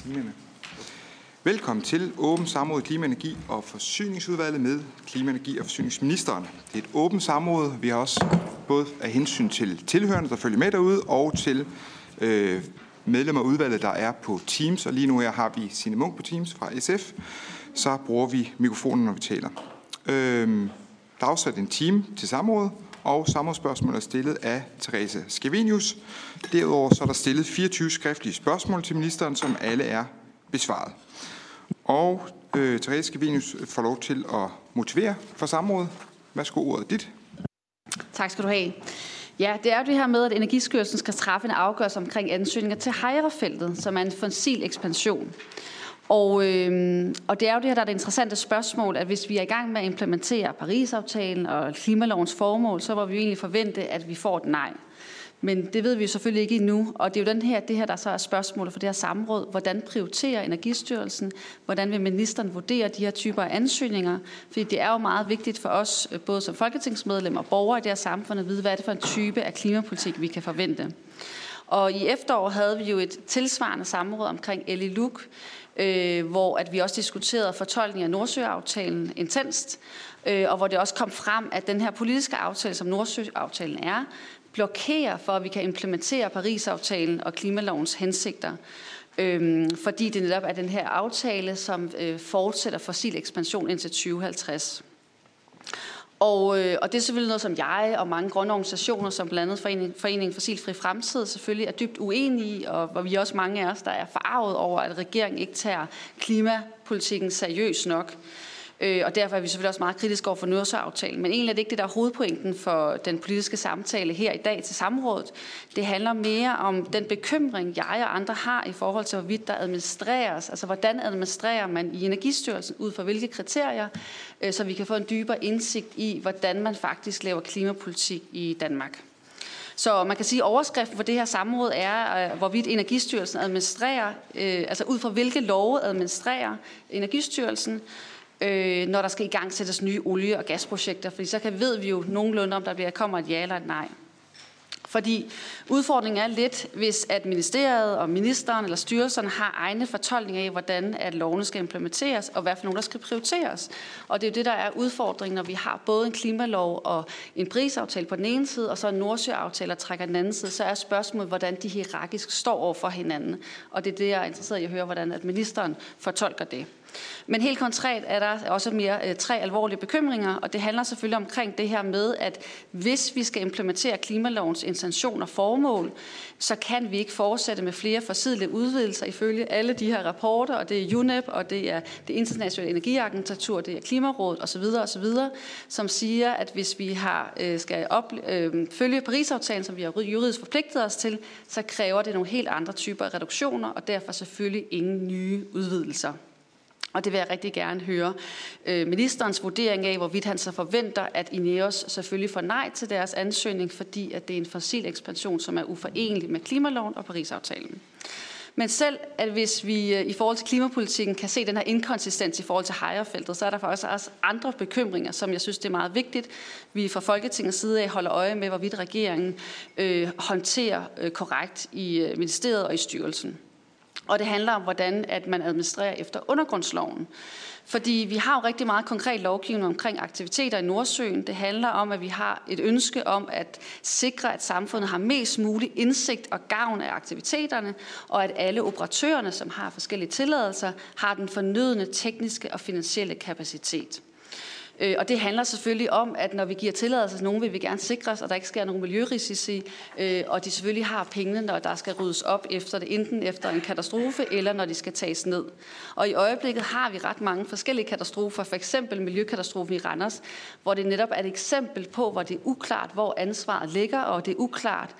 Velkommen til åbent samråd i Klima-, Energi- og Forsyningsudvalget med Klima-, Energi- og Forsyningsministeren. Det er et åbent samråd. Vi har også både af hensyn til tilhørende, der følger med derude, og til medlemmer af udvalget, der er på Teams. Og lige nu her har vi Signe Munk på Teams fra SF. Så bruger vi mikrofonen, når vi taler. Der er afsat en time til samrådet, og samrådsspørgsmålet er stillet af Therese Scavenius. Derudover så er der stillet 24 skriftlige spørgsmål til ministeren, som alle er besvaret. Og Therese Scavenius får lov til at motivere for samrådet. Værsgo, ordet dit. Tak skal du have. Ja, det er jo det her med, at Energistyrelsen skal træffe en afgørelse omkring ansøgninger til Hejrefeltet, som er en fossil ekspansion. Og det er jo det her, der er det interessante spørgsmål, at hvis vi er i gang med at implementere Paris-aftalen og klimalovens formål, så må vi jo egentlig forvente, at vi får et nej. Men det ved vi jo selvfølgelig ikke endnu, og det er jo det her, der så er spørgsmålet for det her samråd. Hvordan prioriterer Energistyrelsen? Hvordan vil ministeren vurdere de her typer af ansøgninger? Fordi det er jo meget vigtigt for os, både som folketingsmedlemmer og borgere i det her samfund, at vide, hvad er det for en type af klimapolitik, vi kan forvente. Og i efterår havde vi jo et tilsvarende samråd omkring Eliluk, hvor at vi også diskuterede fortolkning af Nordsøaftalen intenst, og hvor det også kom frem, at den her politiske aftale, som Nordsøaftalen er, blokerer for, at vi kan implementere Paris-aftalen og klimalovens hensigter. Fordi det netop er den her aftale, som fortsætter fossil ekspansion indtil 2050. Og det er selvfølgelig noget, som jeg og mange grønne organisationer, som blandt andet Foreningen Fossilfri Fremtid, selvfølgelig er dybt uenige i, og hvor vi også mange af os, der er forarvet over, at regeringen ikke tager klimapolitikken seriøst nok. Og derfor er vi selvfølgelig også meget kritiske over for Nordsøaftalen. Men egentlig er det ikke det, der er hovedpointen for den politiske samtale her i dag til samrådet. Det handler mere om den bekymring, jeg og andre har i forhold til, hvorvidt der administreres. Altså, hvordan administrerer man i Energistyrelsen ud fra hvilke kriterier, så vi kan få en dybere indsigt i, hvordan man faktisk laver klimapolitik i Danmark. Så man kan sige, at overskriften for det her samråd er, hvorvidt Energistyrelsen administrerer, altså ud fra hvilke love administrerer Energistyrelsen, når der skal i gang sættes nye olie- og gasprojekter, fordi så ved vi jo nogenlunde, om der kommer et ja eller et nej. Fordi udfordringen er lidt, hvis at ministeriet og ministeren eller styrelserne har egne fortolkninger af, hvordan at lovene skal implementeres, og hvad for nogle, der skal prioriteres. Og det er jo det, der er udfordringen, når vi har både en klimalov og en prisaftale på den ene side, og så en Nordsøaftale, der trækker den anden side, så er spørgsmålet, hvordan de hierarkisk står over for hinanden. Og det er det, jeg er interesseret i at høre, hvordan at ministeren fortolker det. Men helt konkret er der også mere 3 alvorlige bekymringer, og det handler selvfølgelig omkring det her med, at hvis vi skal implementere klimalovens intention og formål, så kan vi ikke fortsætte med flere fossile udvidelser ifølge alle de her rapporter, og det er UNEP, og det er det internationale energiagentur, det er Klimarådet osv., som siger, at hvis vi skal følge Paris-aftalen, som vi har juridisk forpligtet os til, så kræver det nogle helt andre typer af reduktioner, og derfor selvfølgelig ingen nye udvidelser. Og det vil jeg rigtig gerne høre ministerens vurdering af, hvorvidt han så forventer, at INEOS selvfølgelig får nej til deres ansøgning, fordi at det er en fossil ekspansion, som er uforenelig med klimaloven og Paris-aftalen. Men selv at hvis vi i forhold til klimapolitikken kan se den her inkonsistens i forhold til Hejrefeltet, så er der faktisk også andre bekymringer, som jeg synes, det er meget vigtigt. Vi fra Folketingets side af holder øje med, hvorvidt regeringen håndterer korrekt i ministeriet og i styrelsen. Og det handler om, hvordan at man administrerer efter undergrundsloven. Fordi vi har jo rigtig meget konkret lovgivning omkring aktiviteter i Nordsøen. Det handler om, at vi har et ønske om at sikre, at samfundet har mest mulig indsigt og gavn af aktiviteterne, og at alle operatørerne, som har forskellige tilladelser, har den fornødne tekniske og finansielle kapacitet. Og det handler selvfølgelig om, at når vi giver tilladelse til nogen, vil vi gerne sikre os, at der ikke sker nogen miljørisici, og de selvfølgelig har pengene, når der skal ryddes op efter det, enten efter en katastrofe, eller når de skal tages ned. Og i øjeblikket har vi ret mange forskellige katastrofer, for eksempel miljøkatastrofen i Randers, hvor det netop er et eksempel på, hvor det er uklart, hvor ansvaret ligger, og det er uklart,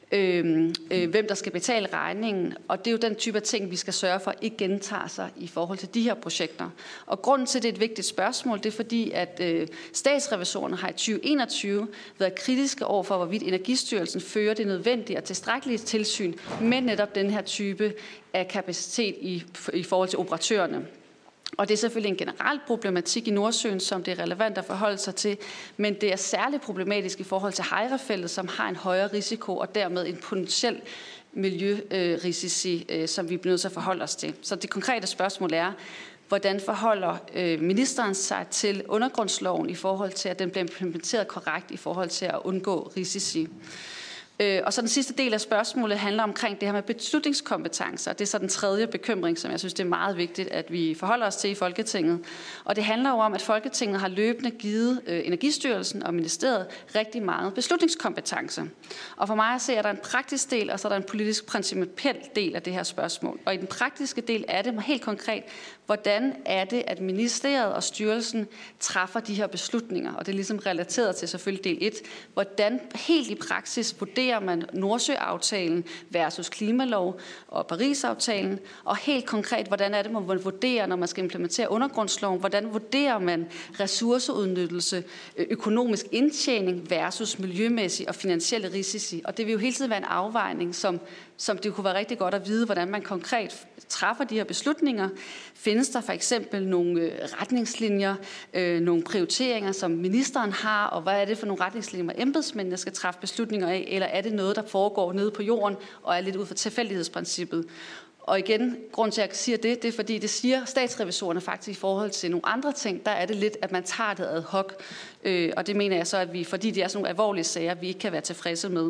hvem der skal betale regningen. Og det er jo den type af ting, vi skal sørge for ikke gentager sig i forhold til de her projekter. Og grunden til, det er et vigtigt spørgsmål, det er fordi, at statsrevisorerne har i 2021 været kritiske over for, hvorvidt Energistyrelsen fører det nødvendige og tilstrækkelige tilsyn med netop den her type af kapacitet i forhold til operatørerne. Og det er selvfølgelig en generel problematik i Nordsøen, som det er relevant at forholde sig til, men det er særligt problematisk i forhold til Hejrefeltet, som har en højere risiko og dermed en potentiel miljørisici, som vi bliver nødt til at forholde os til. Så det konkrete spørgsmål er, hvordan forholder ministeren sig til undergrundsloven i forhold til, at den bliver implementeret korrekt i forhold til at undgå risici? Og så den sidste del af spørgsmålet handler omkring det her med beslutningskompetencer. Det er så den tredje bekymring, som jeg synes, det er meget vigtigt, at vi forholder os til i Folketinget. Og det handler jo om, at Folketinget har løbende givet Energistyrelsen og ministeriet rigtig meget beslutningskompetence. Og for mig at se, er der en praktisk del, og så er der en politisk principiel del af det her spørgsmål. Og i den praktiske del er det helt konkret, hvordan er det, at ministeriet og styrelsen træffer de her beslutninger? Og det er ligesom relateret til selvfølgelig del 1. Hvordan helt i praksis vurderer man Nordsøaftalen versus klimalov og Parisaftalen? Og helt konkret, hvordan er det, man vurderer, når man skal implementere undergrundsloven? Hvordan vurderer man ressourceudnyttelse, økonomisk indtjening versus miljømæssig og finansielle risici? Og det vil jo hele tiden være en afvejning, som det kunne være rigtig godt at vide, hvordan man konkret træffer de her beslutninger. Findes der for eksempel nogle retningslinjer, nogle prioriteringer, som ministeren har, og hvad er det for nogle retningslinjer, embedsmændene skal træffe beslutninger af, eller er det noget, der foregår nede på jorden og er lidt ud fra tilfældighedsprincippet? Og igen, grund til, at jeg siger det er, fordi det siger statsrevisorerne faktisk i forhold til nogle andre ting. Der er det lidt, at man tager det ad hoc, og det mener jeg så, at vi, fordi det er sådan nogle alvorlige sager, vi ikke kan være tilfredse med.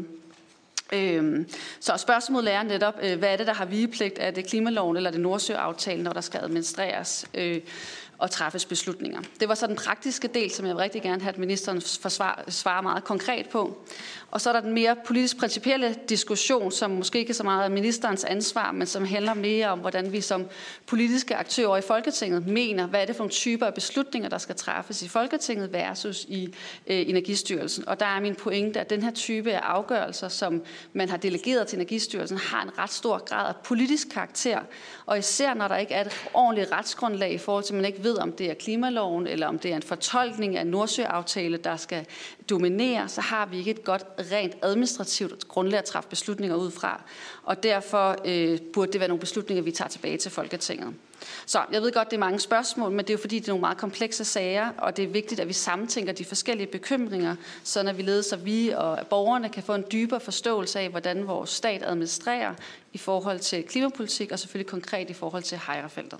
Så spørgsmålet er netop, hvad er det, der har vigepligt? Er det klimaloven eller det Nordsøaftalen, når der skal administreres og træffes beslutninger? Det var så den praktiske del, som jeg vil rigtig gerne have, at ministeren svarer meget konkret på. Og så er der den mere politisk principielle diskussion, som måske ikke er så meget af ministerens ansvar, men som handler mere om, hvordan vi som politiske aktører i Folketinget mener, hvad er det for nogle typer af beslutninger, der skal træffes i Folketinget versus i Energistyrelsen. Og der er min pointe, at den her type af afgørelser, som man har delegeret til Energistyrelsen, har en ret stor grad af politisk karakter. Og især når der ikke er et ordentligt retsgrundlag i forhold til, at man ikke ved, om det er klimaloven, eller om det er en fortolkning af en Nordsøaftale, der skal dominere, så har vi ikke et godt rent administrativt grundlag at træffe beslutninger ud fra. Og derfor burde det være nogle beslutninger, vi tager tilbage til Folketinget. Så jeg ved godt, det er mange spørgsmål, men det er jo fordi, det er nogle meget komplekse sager, og det er vigtigt, at vi sammentænker de forskellige bekymringer, så vi ledes, så vi og borgerne kan få en dybere forståelse af, hvordan vores stat administrerer i forhold til klimapolitik, og selvfølgelig konkret i forhold til Hejrefeltet.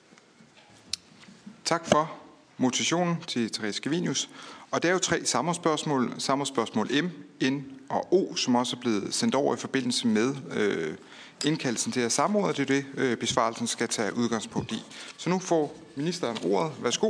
Tak for motivationen til Therese Scavenius. Og det er jo 3 samrådsspørgsmål. Samrådsspørgsmål M, N og O, som også er blevet sendt over i forbindelse med indkaldelsen til at samråde. Det er det, besvarelsen skal tage udgangspunkt i. Så nu får ministeren ordet. Værsgo.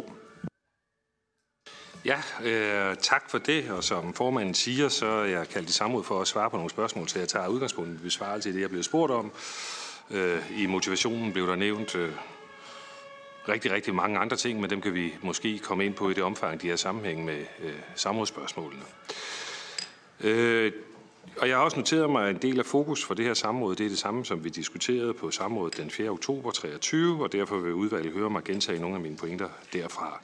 Ja, tak for det. Og som formanden siger, så er jeg kaldt i samråd for at svare på nogle spørgsmål, så jeg tager udgangspunkt i besvarelse i det, jeg blev spurgt om. I motivationen blev der nævnt rigtig mange andre ting, men dem kan vi måske komme ind på i det omfang, de har sammenhæng med samrådsspørgsmålene. Og jeg har også noteret mig, en del af fokus for det her samråd, det er det samme, som vi diskuterede på samrådet den 4. oktober 2023, og derfor vil udvalget høre mig gentage nogle af mine pointer derfra.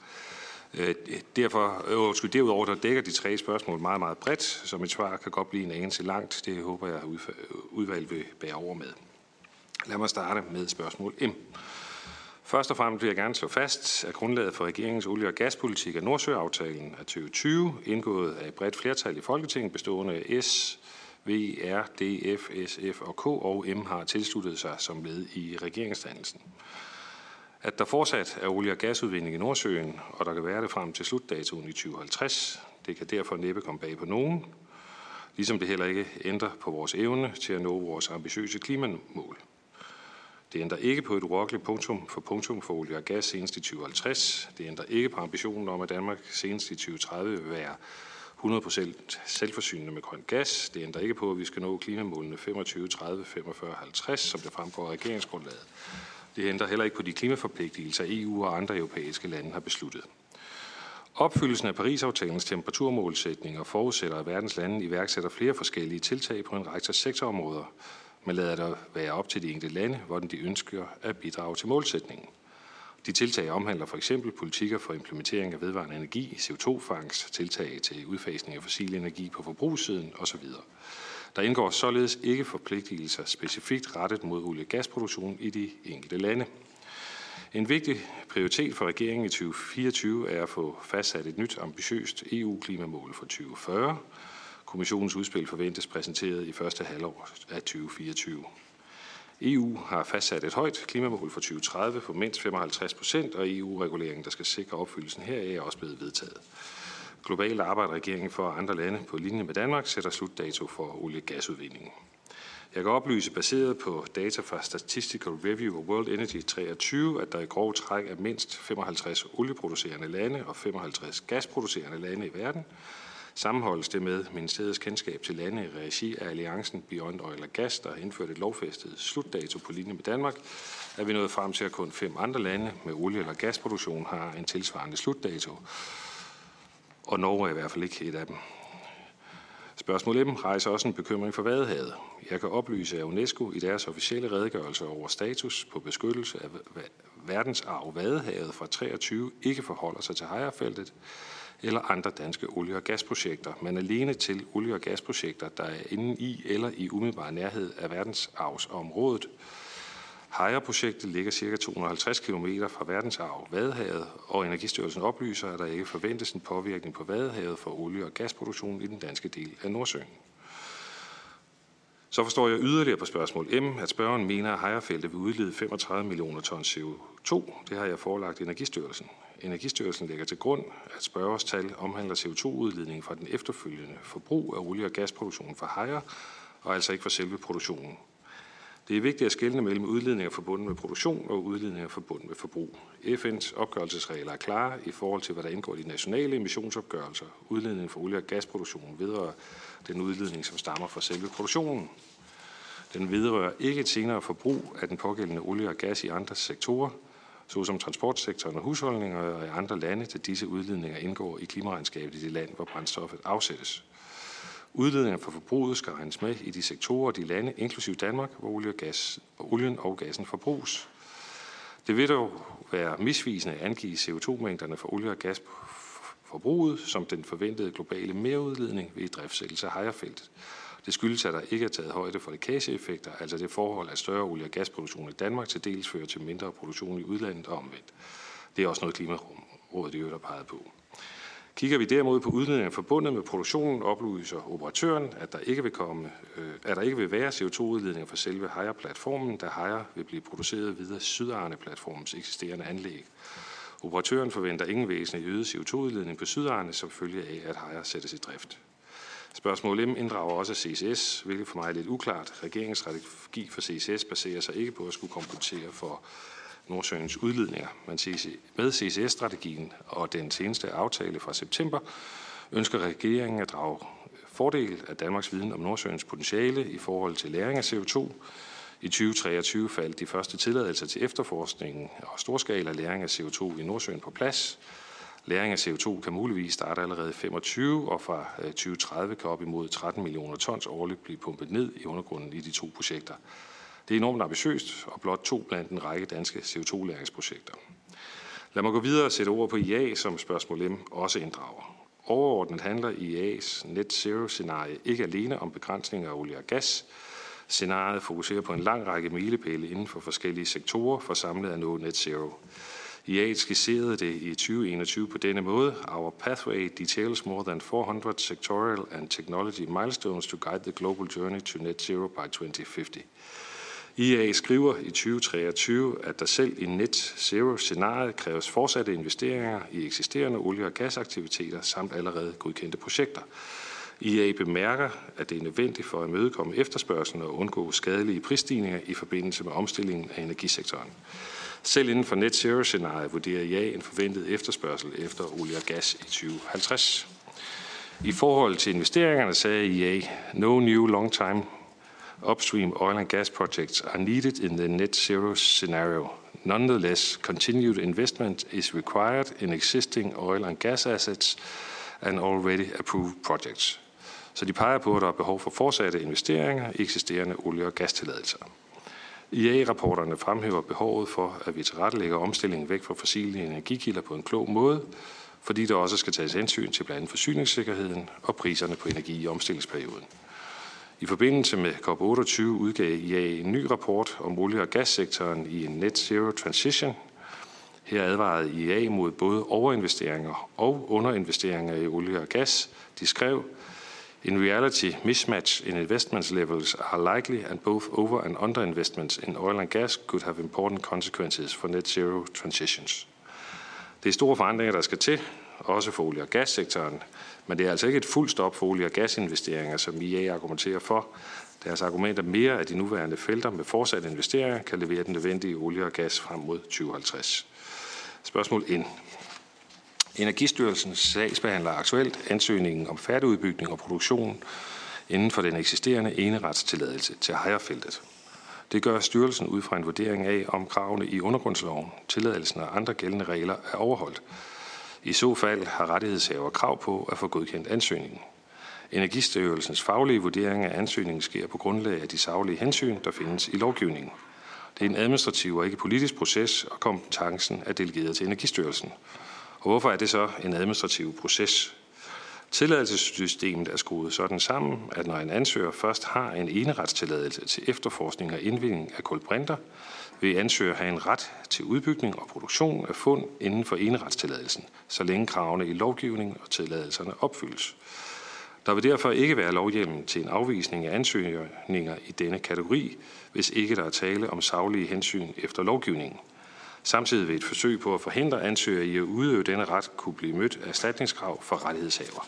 Derudover der dækker de 3 spørgsmål meget bredt, så mit svar kan godt blive en anelse langt. Det håber jeg, udvalget vil bære over med. Lad mig starte med spørgsmål M. Først og fremmest vil jeg gerne slå fast, at grundlaget for regeringens olie- og gaspolitik er Nordsøaftalen af 2020, indgået af et bredt flertal i Folketinget, bestående af S, V, R, DF, SF og K, og M har tilsluttet sig som led i regeringsdannelsen. At der fortsat er olie- og gasudvinding i Nordsøen, og der kan være det frem til slutdatoen i 2050, det kan derfor næppe komme bag på nogen, ligesom det heller ikke ændrer på vores evne til at nå vores ambitiøse klimamål. Det ændrer ikke på et urokkeligt punktum for olie og gas senest i 2050. Det ændrer ikke på ambitionen om, at Danmark senest i 2030 vil være 100% selvforsynende med grøn gas. Det ændrer ikke på, at vi skal nå klimamålene 25, 30, 45, 50, som det fremgår af regeringsgrundlaget. Det ændrer heller ikke på de klimaforpligtelser, EU og andre europæiske lande har besluttet. Opfyldelsen af Parisaftalens temperaturmålsætninger forudsætter, at verdens lande iværksætter flere forskellige tiltag på en række sektorområder, men lader det være op til de enkelte lande, hvordan de ønsker at bidrage til målsætningen. De tiltag omhandler for eksempel politikker for implementering af vedvarende energi, CO2-fangst, tiltag til udfasning af fossil energi på forbrugssiden osv. Der indgår således ikke forpligtelser specifikt rettet mod olie- og gasproduktion i de enkelte lande. En vigtig prioritet for regeringen i 2024 er at få fastsat et nyt ambitiøst EU-klimamål for 2040. Kommissionens udspil forventes præsenteret i første halvår af 2024. EU har fastsat et højt klimamål for 2030 på mindst 55%, og EU-reguleringen, der skal sikre opfyldelsen heraf, er også blevet vedtaget. Globalt arbejder regeringen for, at andre lande på linje med Danmark sætter slutdato for olie- og gasudvindingen. Jeg kan oplyse, baseret på data fra Statistical Review of World Energy 23, at der i grov træk er mindst 55 olieproducerende lande og 55 gasproducerende lande i verden. Sammenholdes det med ministeriets kendskab til lande i regi af Alliancen Beyond Oil og Gas, der har indført et lovfæstet slutdato på linje med Danmark, er vi nået frem til, at kun 5 andre lande med olie- eller gasproduktion har en tilsvarende slutdato. Og Norge er i hvert fald ikke et af dem. Spørgsmål M rejser også en bekymring for Vadehavet. Jeg kan oplyse, at UNESCO i deres officielle redegørelse over status på beskyttelse af verdensarv Vadehavet fra 23 ikke forholder sig til Hejrefeltet eller andre danske olie- og gasprojekter, men alene til olie- og gasprojekter, der er inde i eller i umiddelbar nærhed af verdensarvsområdet. Hejre-projektet ligger ca. 250 km fra verdensarv Vadehavet, og Energistyrelsen oplyser, at der ikke forventes en påvirkning på Vadehavet for olie- og gasproduktion i den danske del af Nordsøen. Så forstår jeg yderligere på spørgsmål M, at spørgeren mener, at Hejrefeltet vil udlede 35 millioner tons CO2. Det har jeg forelagt Energistyrelsen. Energistyrelsen lægger til grund, at spørgers tal omhandler CO2-udledning fra den efterfølgende forbrug af olie- og gasproduktionen fra Hejre, og altså ikke fra selve produktionen. Det er vigtigt at skelne mellem udledninger forbundet med produktion og udledninger forbundet med forbrug. FN's opgørelsesregler er klare i forhold til, hvad der indgår i de nationale emissionsopgørelser. Udledningen for olie- og gasproduktion vedrører den udledning, som stammer fra selve produktionen. Den vedrører ikke et senere forbrug af den pågældende olie og gas i andre sektorer, såsom transportsektoren og husholdninger og i andre lande, da disse udledninger indgår i klimaregnskabet i det land, hvor brændstoffet afsættes. Udledninger fra forbruget skal regnes med i de sektorer og de lande, inklusive Danmark, hvor olien og gassen forbruges. Det vil dog være misvisende at angive CO2-mængderne for olie- og gasforbruget som den forventede globale merudledning ved driftsættelse af Hejrefeltet. Det skyldes, at der ikke er taget højde for lækageeffekter, altså det forhold, at større olie- og gasproduktion i Danmark til dels fører til mindre produktion i udlandet og omvendt. Det er også noget Klimarådet i øvrigt har peget på. Kigger vi derimod på udledninger forbundet med produktionen, oplyser operatøren, at der ikke vil være CO2-udledninger fra selve Hejre-platformen, da Hejre vil blive produceret videre Sydarne-platformens eksisterende anlæg. Operatøren forventer ingen væsentlig øget CO2-udledning på Sydarne som følge af, at Hejre sættes i drift. Spørgsmål M inddrager også CCS, hvilket for mig er lidt uklart. Regeringens strategi for CCS baserer sig ikke på at skulle kompensere for Nordsøens udledninger. Men med CCS-strategien og den seneste aftale fra september ønsker regeringen at drage fordel af Danmarks viden om Nordsøens potentiale i forhold til lagring af CO2. I 2023 faldt de første tilladelser til efterforskningen og storskala lagring af CO2 i Nordsøen på plads. Lagring af CO2 kan muligvis starte allerede 25, og fra 2030 kan op imod 13 millioner tons årligt blive pumpet ned i undergrunden i de 2 projekter. Det er enormt ambitiøst og blot 2 blandt en række danske CO2-lagringsprojekter. Lad mig gå videre og sætte ord på IEA, som spørgsmål M også inddrager. Overordnet handler IEA's Net Zero-scenarie ikke alene om begrænsning af olie og gas. Scenariet fokuserer på en lang række milepæle inden for forskellige sektorer for samlet at nå Net Zero. IEA skitserede det i 2021 på denne måde. Our pathway details more than 400 sectorial and technology milestones to guide the global journey to net zero by 2050. IEA skriver i 2023, at der selv i net zero-scenariet kræves fortsatte investeringer i eksisterende olie- og gasaktiviteter samt allerede godkendte projekter. IEA bemærker, at det er nødvendigt for at imødekomme efterspørgslen og undgå skadelige prisstigninger i forbindelse med omstillingen af energisektoren. Selv inden for net zero-scenariet vurderer IEA en forventet efterspørgsel efter olie og gas i 2050. I forhold til investeringerne sagde IEA, no new long-time upstream oil and gas projects are needed in the net zero scenario. Nonetheless, continued investment is required in existing oil and gas assets and already approved projects. Så de peger på, at der er behov for fortsatte investeringer i eksisterende olie- og gastilladelser. IEA-rapporterne fremhæver behovet for, at vi tilrettelægger omstillingen væk fra fossile energikilder på en klog måde, fordi der også skal tages hensyn til blandt andet forsyningssikkerheden og priserne på energi i omstillingsperioden. I forbindelse med COP28 udgav IEA en ny rapport om olie- og gassektoren i en net zero transition. Her advarede IEA mod både overinvesteringer og underinvesteringer i olie og gas. De skrev, In reality, mismatch in investment levels are likely, and both over- and underinvestments in oil and gas could have important consequences for net zero transitions. Det er store forandringer, der skal til, også for olie- og gassektoren, men det er altså ikke et fuldt stop for olie- og gasinvesteringer, som IEA argumenterer for. Deres argument er mere, at de nuværende felter med fortsatte investeringer kan levere den nødvendige olie og gas frem mod 2050. Spørgsmål N. Energistyrelsen sagsbehandler aktuelt ansøgningen om færdigudbygning og produktion inden for den eksisterende eneretstilladelse til Hejrefeltet. Det gør styrelsen ud fra en vurdering af, om kravene i undergrundsloven, tilladelsen og andre gældende regler er overholdt. I så fald har rettighedshaver krav på at få godkendt ansøgningen. Energistyrelsens faglige vurdering af ansøgningen sker på grundlag af de saglige hensyn, der findes i lovgivningen. Det er en administrativ og ikke politisk proces, og kompetencen er delegeret til Energistyrelsen. Og hvorfor er det så en administrativ proces? Tilladelsessystemet er skruet sådan sammen, at når en ansøger først har en eneretstilladelse til efterforskning og indvinding af kulbrinter, vil ansøger have en ret til udbygning og produktion af fund inden for eneretstilladelsen, så længe kravene i lovgivningen og tilladelserne opfyldes. Der vil derfor ikke være lovhjemmel til en afvisning af ansøgninger i denne kategori, hvis ikke der er tale om saglige hensyn efter lovgivningen. Samtidig vil et forsøg på at forhindre ansøgere i at udøve denne ret kunne blive mødt af erstatningskrav for rettighedshaver.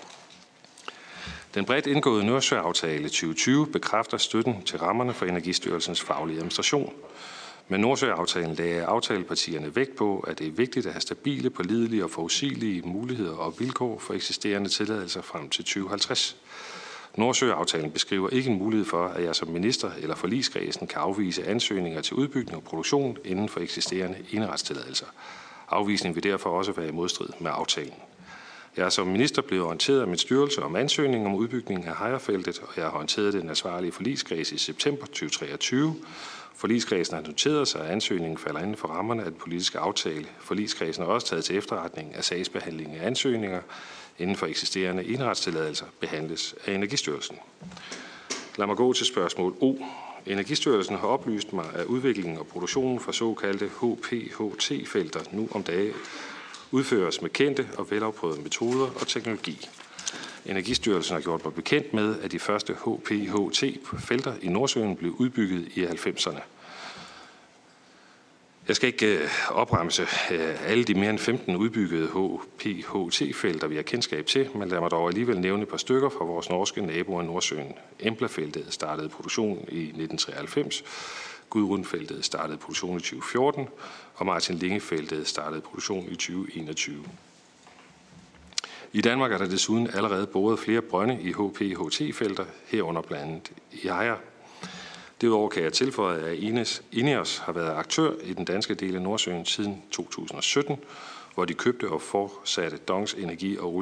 Den bredt indgåede Nordsøaftale 2020 bekræfter støtten til rammerne for Energistyrelsens faglige administration. Med Nordsøaftalen lagde aftalepartierne vægt på, at det er vigtigt at have stabile, pålidelige og forudsigelige muligheder og vilkår for eksisterende tilladelser frem til 2050. Nordsøaftalen beskriver ikke en mulighed for, at jeg som minister eller forligskredsen kan afvise ansøgninger til udbygning og produktion inden for eksisterende eneretstilladelser. Afvisning vil derfor også være i modstrid med aftalen. Jeg er som minister blevet orienteret af min styrelse om ansøgningen om udbygning af Hejrefeltet, og jeg har orienteret den ansvarlige forligskreds i september 2023. Forligskredsen har noteret sig, at ansøgningen falder inden for rammerne af den politiske aftale. Forligskredsen har også taget til efterretning, at sagsbehandlingen af ansøgninger inden for eksisterende eneretstilladelser behandles af Energistyrelsen. Lad mig gå til spørgsmål O. Energistyrelsen har oplyst mig, at udviklingen og produktionen for såkaldte HPHT-felter nu om dage udføres med kendte og velafprøvede metoder og teknologi. Energistyrelsen har gjort mig bekendt med, at de første HPHT-felter i Nordsøen blev udbygget i 90'erne. Jeg skal ikke opremse alle de mere end 15 udbyggede HPHT-felter, vi har kendskab til, men lad mig dog alligevel nævne et par stykker fra vores norske naboer i Nordsøen. Embla-feltet startede produktion i 1993, Gudrun-feltet startede produktion i 2014, og Martin Linge-feltet startede produktion i 2021. I Danmark er der desuden allerede boret flere brønde i HPHT-felter, herunder blandt andet i Hejre. Derudover kan jeg tilføje, at INEOS har været aktør i den danske del af Nordsøen siden 2017, hvor de købte og fortsatte DONGs energi og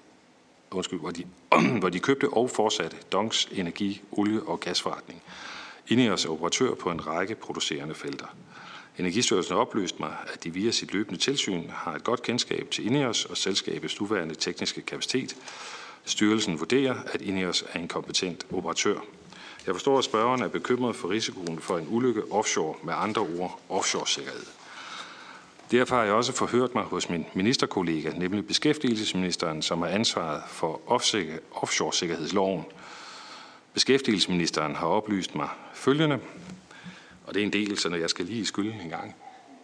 olie- og gasforretning. INEOS er operatør på en række producerende felter. Energistyrelsen har oplyst mig, at de via sit løbende tilsyn har et godt kendskab til INEOS og selskabets nuværende tekniske kapacitet. Styrelsen vurderer, at INEOS er en kompetent operatør. Jeg forstår, at spørgeren er bekymret for risikoen for en ulykke offshore, med andre ord offshore-sikkerhed. Derfor har jeg også forhørt mig hos min ministerkollega, nemlig beskæftigelsesministeren, som har ansvaret for offshore-sikkerhedsloven. Beskæftigelsesministeren har oplyst mig følgende, og det er en del, så jeg skal lige skylde en gang.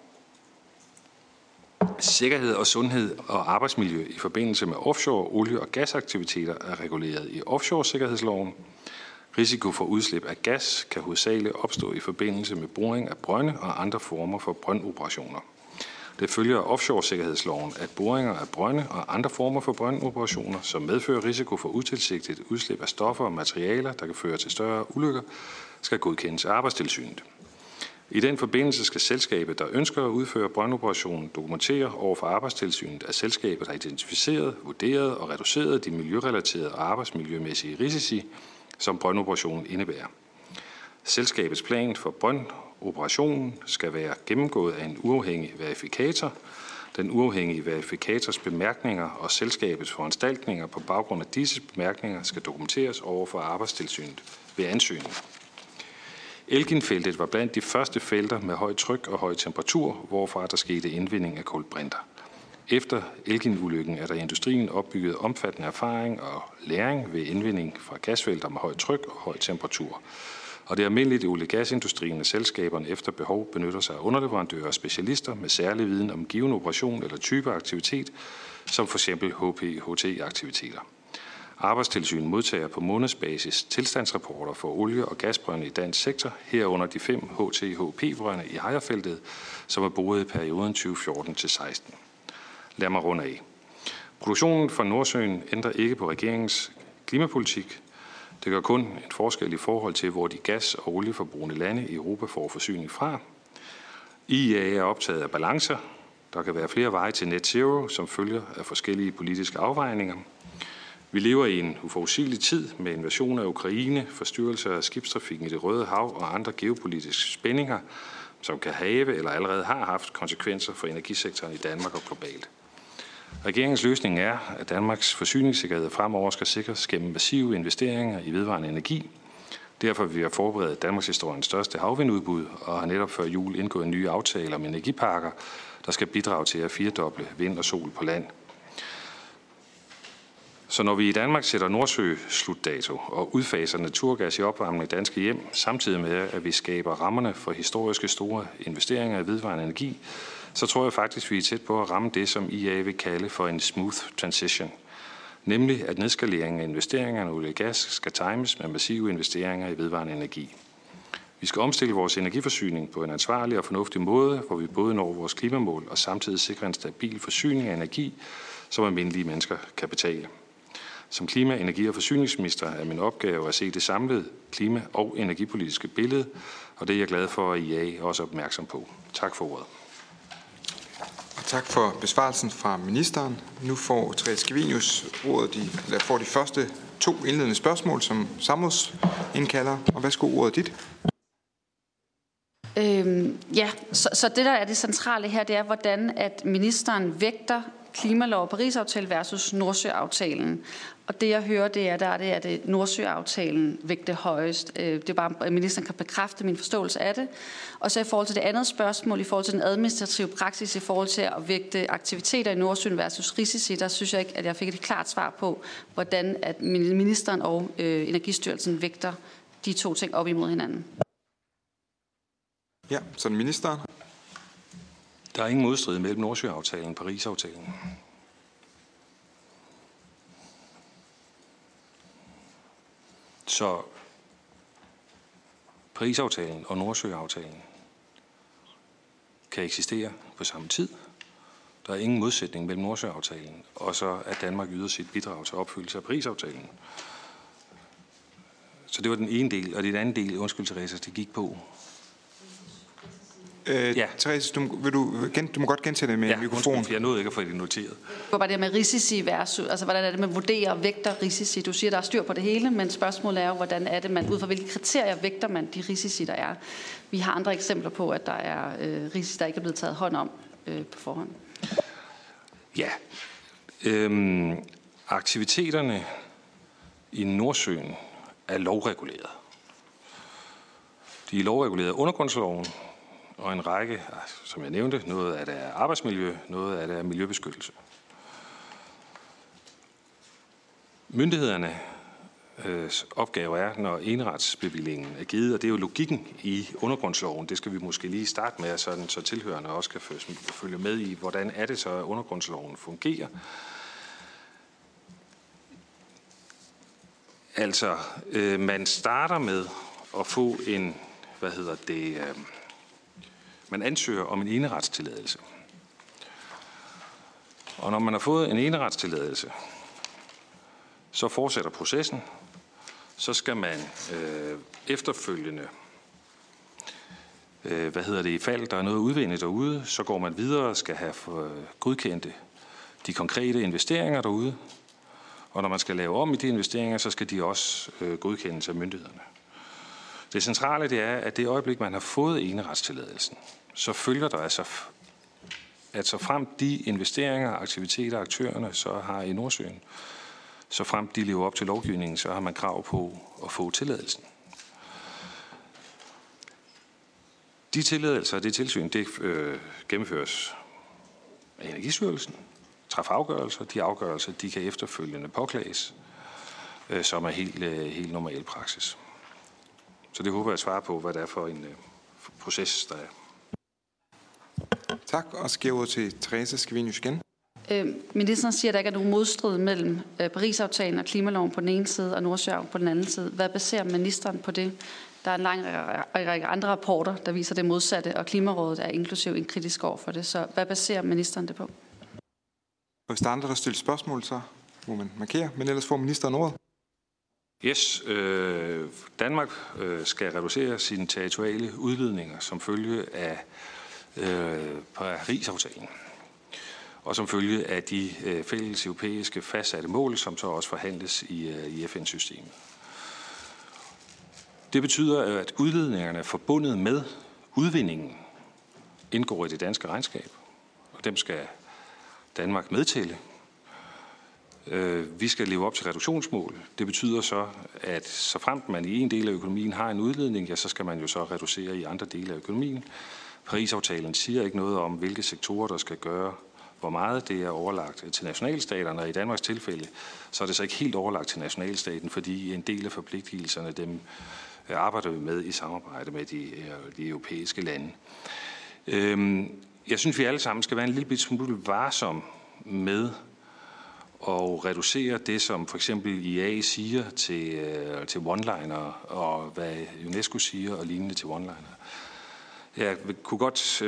Sikkerhed og sundhed og arbejdsmiljø i forbindelse med offshore, olie- og gasaktiviteter er reguleret i offshore-sikkerhedsloven. Risiko for udslip af gas kan hovedsageligt opstå i forbindelse med boring af brønde og andre former for brøndoperationer. Det følger af offshore-sikkerhedsloven, at boringer af brønde og andre former for brøndoperationer, som medfører risiko for utilsigtet udslip af stoffer og materialer, der kan føre til større ulykker, skal godkendes af Arbejdstilsynet. I den forbindelse skal selskabet, der ønsker at udføre brøndoperationen, dokumentere over for Arbejdstilsynet, at selskabet har identificeret, vurderet og reduceret de miljørelaterede og arbejdsmiljømæssige risici, som brøndoperationen indebærer. Selskabets plan for brøndoperationen skal være gennemgået af en uafhængig verifikator. Den uafhængige verifikators bemærkninger og selskabets foranstaltninger på baggrund af disse bemærkninger skal dokumenteres over for Arbejdstilsynet ved ansøgning. Elgin-feltet var blandt de første felter med højt tryk og høj temperatur, hvorfra der skete indvinding af kulbrinter. Efter Elgin-ulykken er der i industrien opbygget omfattende erfaring og læring ved indvinding fra gasfelter med højt tryk og høj temperatur. Og det er almindeligt i olie- og gasindustrien, at selskaberne efter behov benytter sig af underleverandører og specialister med særlig viden om given operation eller type aktivitet, som f.eks. HPHT-aktiviteter. Arbejdstilsynet modtager på månedsbasis tilstandsrapporter for olie- og gasbrønde i dansk sektor, herunder de 5 HTHP-brønde i Hejrefeltet, som er boret i perioden 2014-16. Lad mig runde af. Produktionen fra Nordsøen ændrer ikke på regeringens klimapolitik. Det gør kun en forskel i forhold til, hvor de gas- og olieforbrugende lande i Europa får forsyning fra. IEA er optaget af balancer. Der kan være flere veje til net zero, som følger af forskellige politiske afvejninger. Vi lever i en uforudsigelig tid med invasion af Ukraine, forstyrrelser af skibstrafikken i det Røde Hav og andre geopolitiske spændinger, som kan have eller allerede har haft konsekvenser for energisektoren i Danmark og globalt. Regeringens løsning er, at Danmarks forsyningssikkerhed fremover skal sikres gennem massive investeringer i vedvarende energi. Derfor vil vi have forberedt Danmarks historiens største havvindudbud og har netop før jul indgået en ny aftale om energiparker, der skal bidrage til at firedoble vind og sol på land. Så når vi i Danmark sætter Nordsø-slutdato og udfaser naturgas i opvarmning af danske hjem, samtidig med at vi skaber rammerne for historiske store investeringer i vedvarende energi, så tror jeg faktisk, vi er tæt på at ramme det, som IEA vil kalde for en smooth transition. Nemlig, at nedskaleringen af investeringerne i olie og gas skal times med massive investeringer i vedvarende energi. Vi skal omstille vores energiforsyning på en ansvarlig og fornuftig måde, hvor vi både når vores klimamål og samtidig sikrer en stabil forsyning af energi, som almindelige mennesker kan betale. Som klima-, energi- og forsyningsminister er min opgave at se det samlede klima- og energipolitiske billede, og det er jeg glad for, at IEA også er opmærksom på. Tak for ordet. Og tak for besvarelsen fra ministeren. Nu får Therese Scavenius får de første 2 indledende spørgsmål som samrådsindkalder. Og værsgo, ordet dit. Så det, der er det centrale her, det er, hvordan at ministeren vægter klimalov og Paris-aftale versus Nordsø-aftalen. Og det, jeg hører, det er, at Nordsø-aftalen vægter højest. Det er bare, at ministeren kan bekræfte min forståelse af det. Og så i forhold til det andet spørgsmål, i forhold til den administrative praksis, i forhold til at vægte aktiviteter i Nordsøen versus risici, der synes jeg ikke, at jeg fik et klart svar på, hvordan at ministeren og Energistyrelsen vægter de 2 ting op imod hinanden. Ja, så ministeren. Der er ingen modstrid mellem Nordsø-aftalen og Paris-aftalen. Så Paris-aftalen og Nordsø-aftalen kan eksistere på samme tid. Der er ingen modsætning mellem Nordsø-aftalen og så at Danmark yder sit bidrag til opfyldelse af Paris-aftalen. Så det var den ene del, og det anden del, undskyld Therese, det gik på. Ja. Therese, du må godt gentage det med mikrofonen. Jeg nåede ikke at få det noteret. Det var bare det med risici versus, altså hvordan er det, man vurderer og vægter risici? Du siger, der er styr på det hele, men spørgsmålet er jo, hvordan er det, man ud fra hvilke kriterier vægter man de risici, der er? Vi har andre eksempler på, at der er risici, der ikke er blevet taget hånd om på forhånd. Ja. Aktiviteterne i Nordsøen er lovreguleret. De er lovreguleret undergrundsloven, og en række, som jeg nævnte, noget af det er arbejdsmiljø, noget af det er miljøbeskyttelse. Myndighedernes opgave er, når eneretsbevillingen er givet, og det er jo logikken i undergrundsloven, det skal vi måske lige starte med, så tilhørende også kan følge med i, hvordan er det så, at undergrundsloven fungerer. Altså, man starter med at få en, man ansøger om en eneretstilladelse. Og når man har fået en eneretstilladelse, så fortsætter processen. Så skal man efterfølgende, i fald der er noget udvindet derude, så går man videre og skal have godkendte de konkrete investeringer derude. Og når man skal lave om i de investeringer, så skal de også godkendes af myndighederne. Det centrale det er, at det øjeblik, man har fået eneretstilladelsen, så følger der altså, at så frem de investeringer, aktiviteter, aktørerne så har i Nordsøen, så frem de lever op til lovgivningen, så har man krav på at få tilladelsen. De tilladelser, det tilsyn, det gennemføres af Energistyrelsen, træffe afgørelser. De afgørelser, de kan efterfølgende påklages, som er helt normal praksis. Så det håber jeg at svare på, hvad det er for en proces, der er. Tak, og så giver jeg ordet til Therese Scavenius igen. Ministeren siger, at der ikke er nogen modstrid mellem Paris-aftalen og klimaloven på den ene side og Nordsjælland på den anden side. Hvad baserer ministeren på det? Der er en lang række andre rapporter, der viser det modsatte, og Klimarådet er inklusiv en kritisk over for det. Så hvad baserer ministeren det på? Og hvis der er andre, der stiller spørgsmål, så må man markere, men ellers får ministeren ordet. Yes, Danmark skal reducere sine territoriale udledninger som følge af Paris-aftalen, og som følge af de fælles europæiske fastsatte mål, som så også forhandles i FN-systemet. Det betyder, at udledningerne forbundet med udvindingen indgår i det danske regnskab, og dem skal Danmark medtælle. Vi skal leve op til reduktionsmål. Det betyder så, at såfremt man i en del af økonomien har en udledning, ja, så skal man jo så reducere i andre dele af økonomien. Paris-aftalen siger ikke noget om, hvilke sektorer, der skal gøre hvor meget. Det er overlagt til nationalstaterne, og i Danmarks tilfælde, så er det så ikke helt overlagt til nationalstaten, fordi en del af forpligtelserne, dem arbejder vi med i samarbejde med de europæiske lande. Jeg synes, vi alle sammen skal være en lille smule varsom med at reducere det, som for eksempel IEA siger til one-liner, og hvad UNESCO siger og lignende til one-liner. Jeg kunne godt...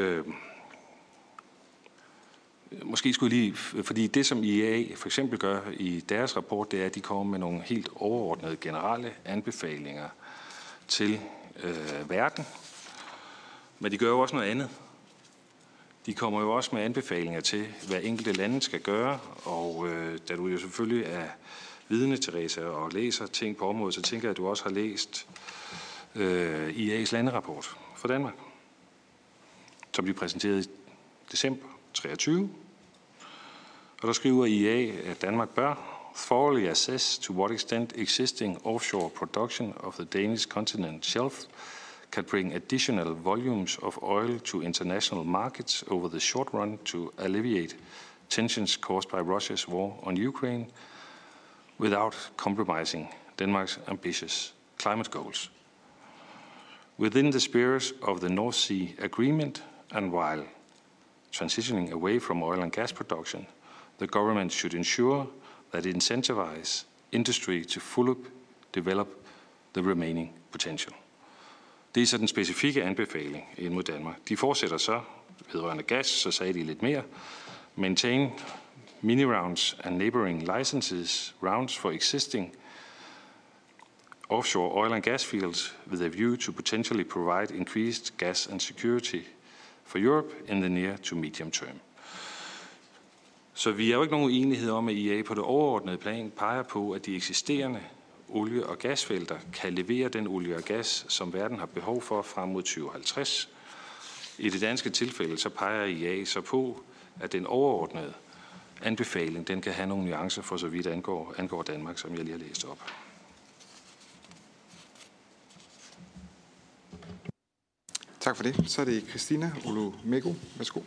Måske skulle lige... Fordi det, som IEA for eksempel gør i deres rapport, det er, at de kommer med nogle helt overordnede generelle anbefalinger til verden. Men de gør jo også noget andet. De kommer jo også med anbefalinger til, hvad enkelte lande skal gøre, og da du jo selvfølgelig er vidne, Therese, og læser ting på området, så tænker jeg, at du også har læst IEA's landerapport for Danmark, som blev præsenteret i december 2023. Og der skriver IEA, at Danmark bør thoroughly assess to what extent existing offshore production of the Danish continental shelf can bring additional volumes of oil to international markets over the short run to alleviate tensions caused by Russia's war on Ukraine without compromising Denmark's ambitious climate goals. Within the spirit of the North Sea Agreement and while transitioning away from oil and gas production, the government should ensure that it incentivizes industry to fully develop the remaining potential. Det er så den specifikke anbefaling ind mod Danmark. De fortsætter så vedrørende gas, så sagde de lidt mere. Maintain mini-rounds and neighboring licenses rounds for existing offshore oil and gas fields with a view to potentially provide increased gas and security for Europe in the near to medium term. Så vi er jo ikke nogen uenighed om, at IEA på det overordnede plan peger på, at de eksisterende olie- og gasfelter kan levere den olie og gas, som verden har behov for frem mod 2050. I det danske tilfælde så peger IEA så på, at den overordnede anbefaling, den kan have nogle nuancer for så vidt angår Danmark, som jeg lige har læst op. Tak for det. Så er det Christina Olumeko. Værsgo.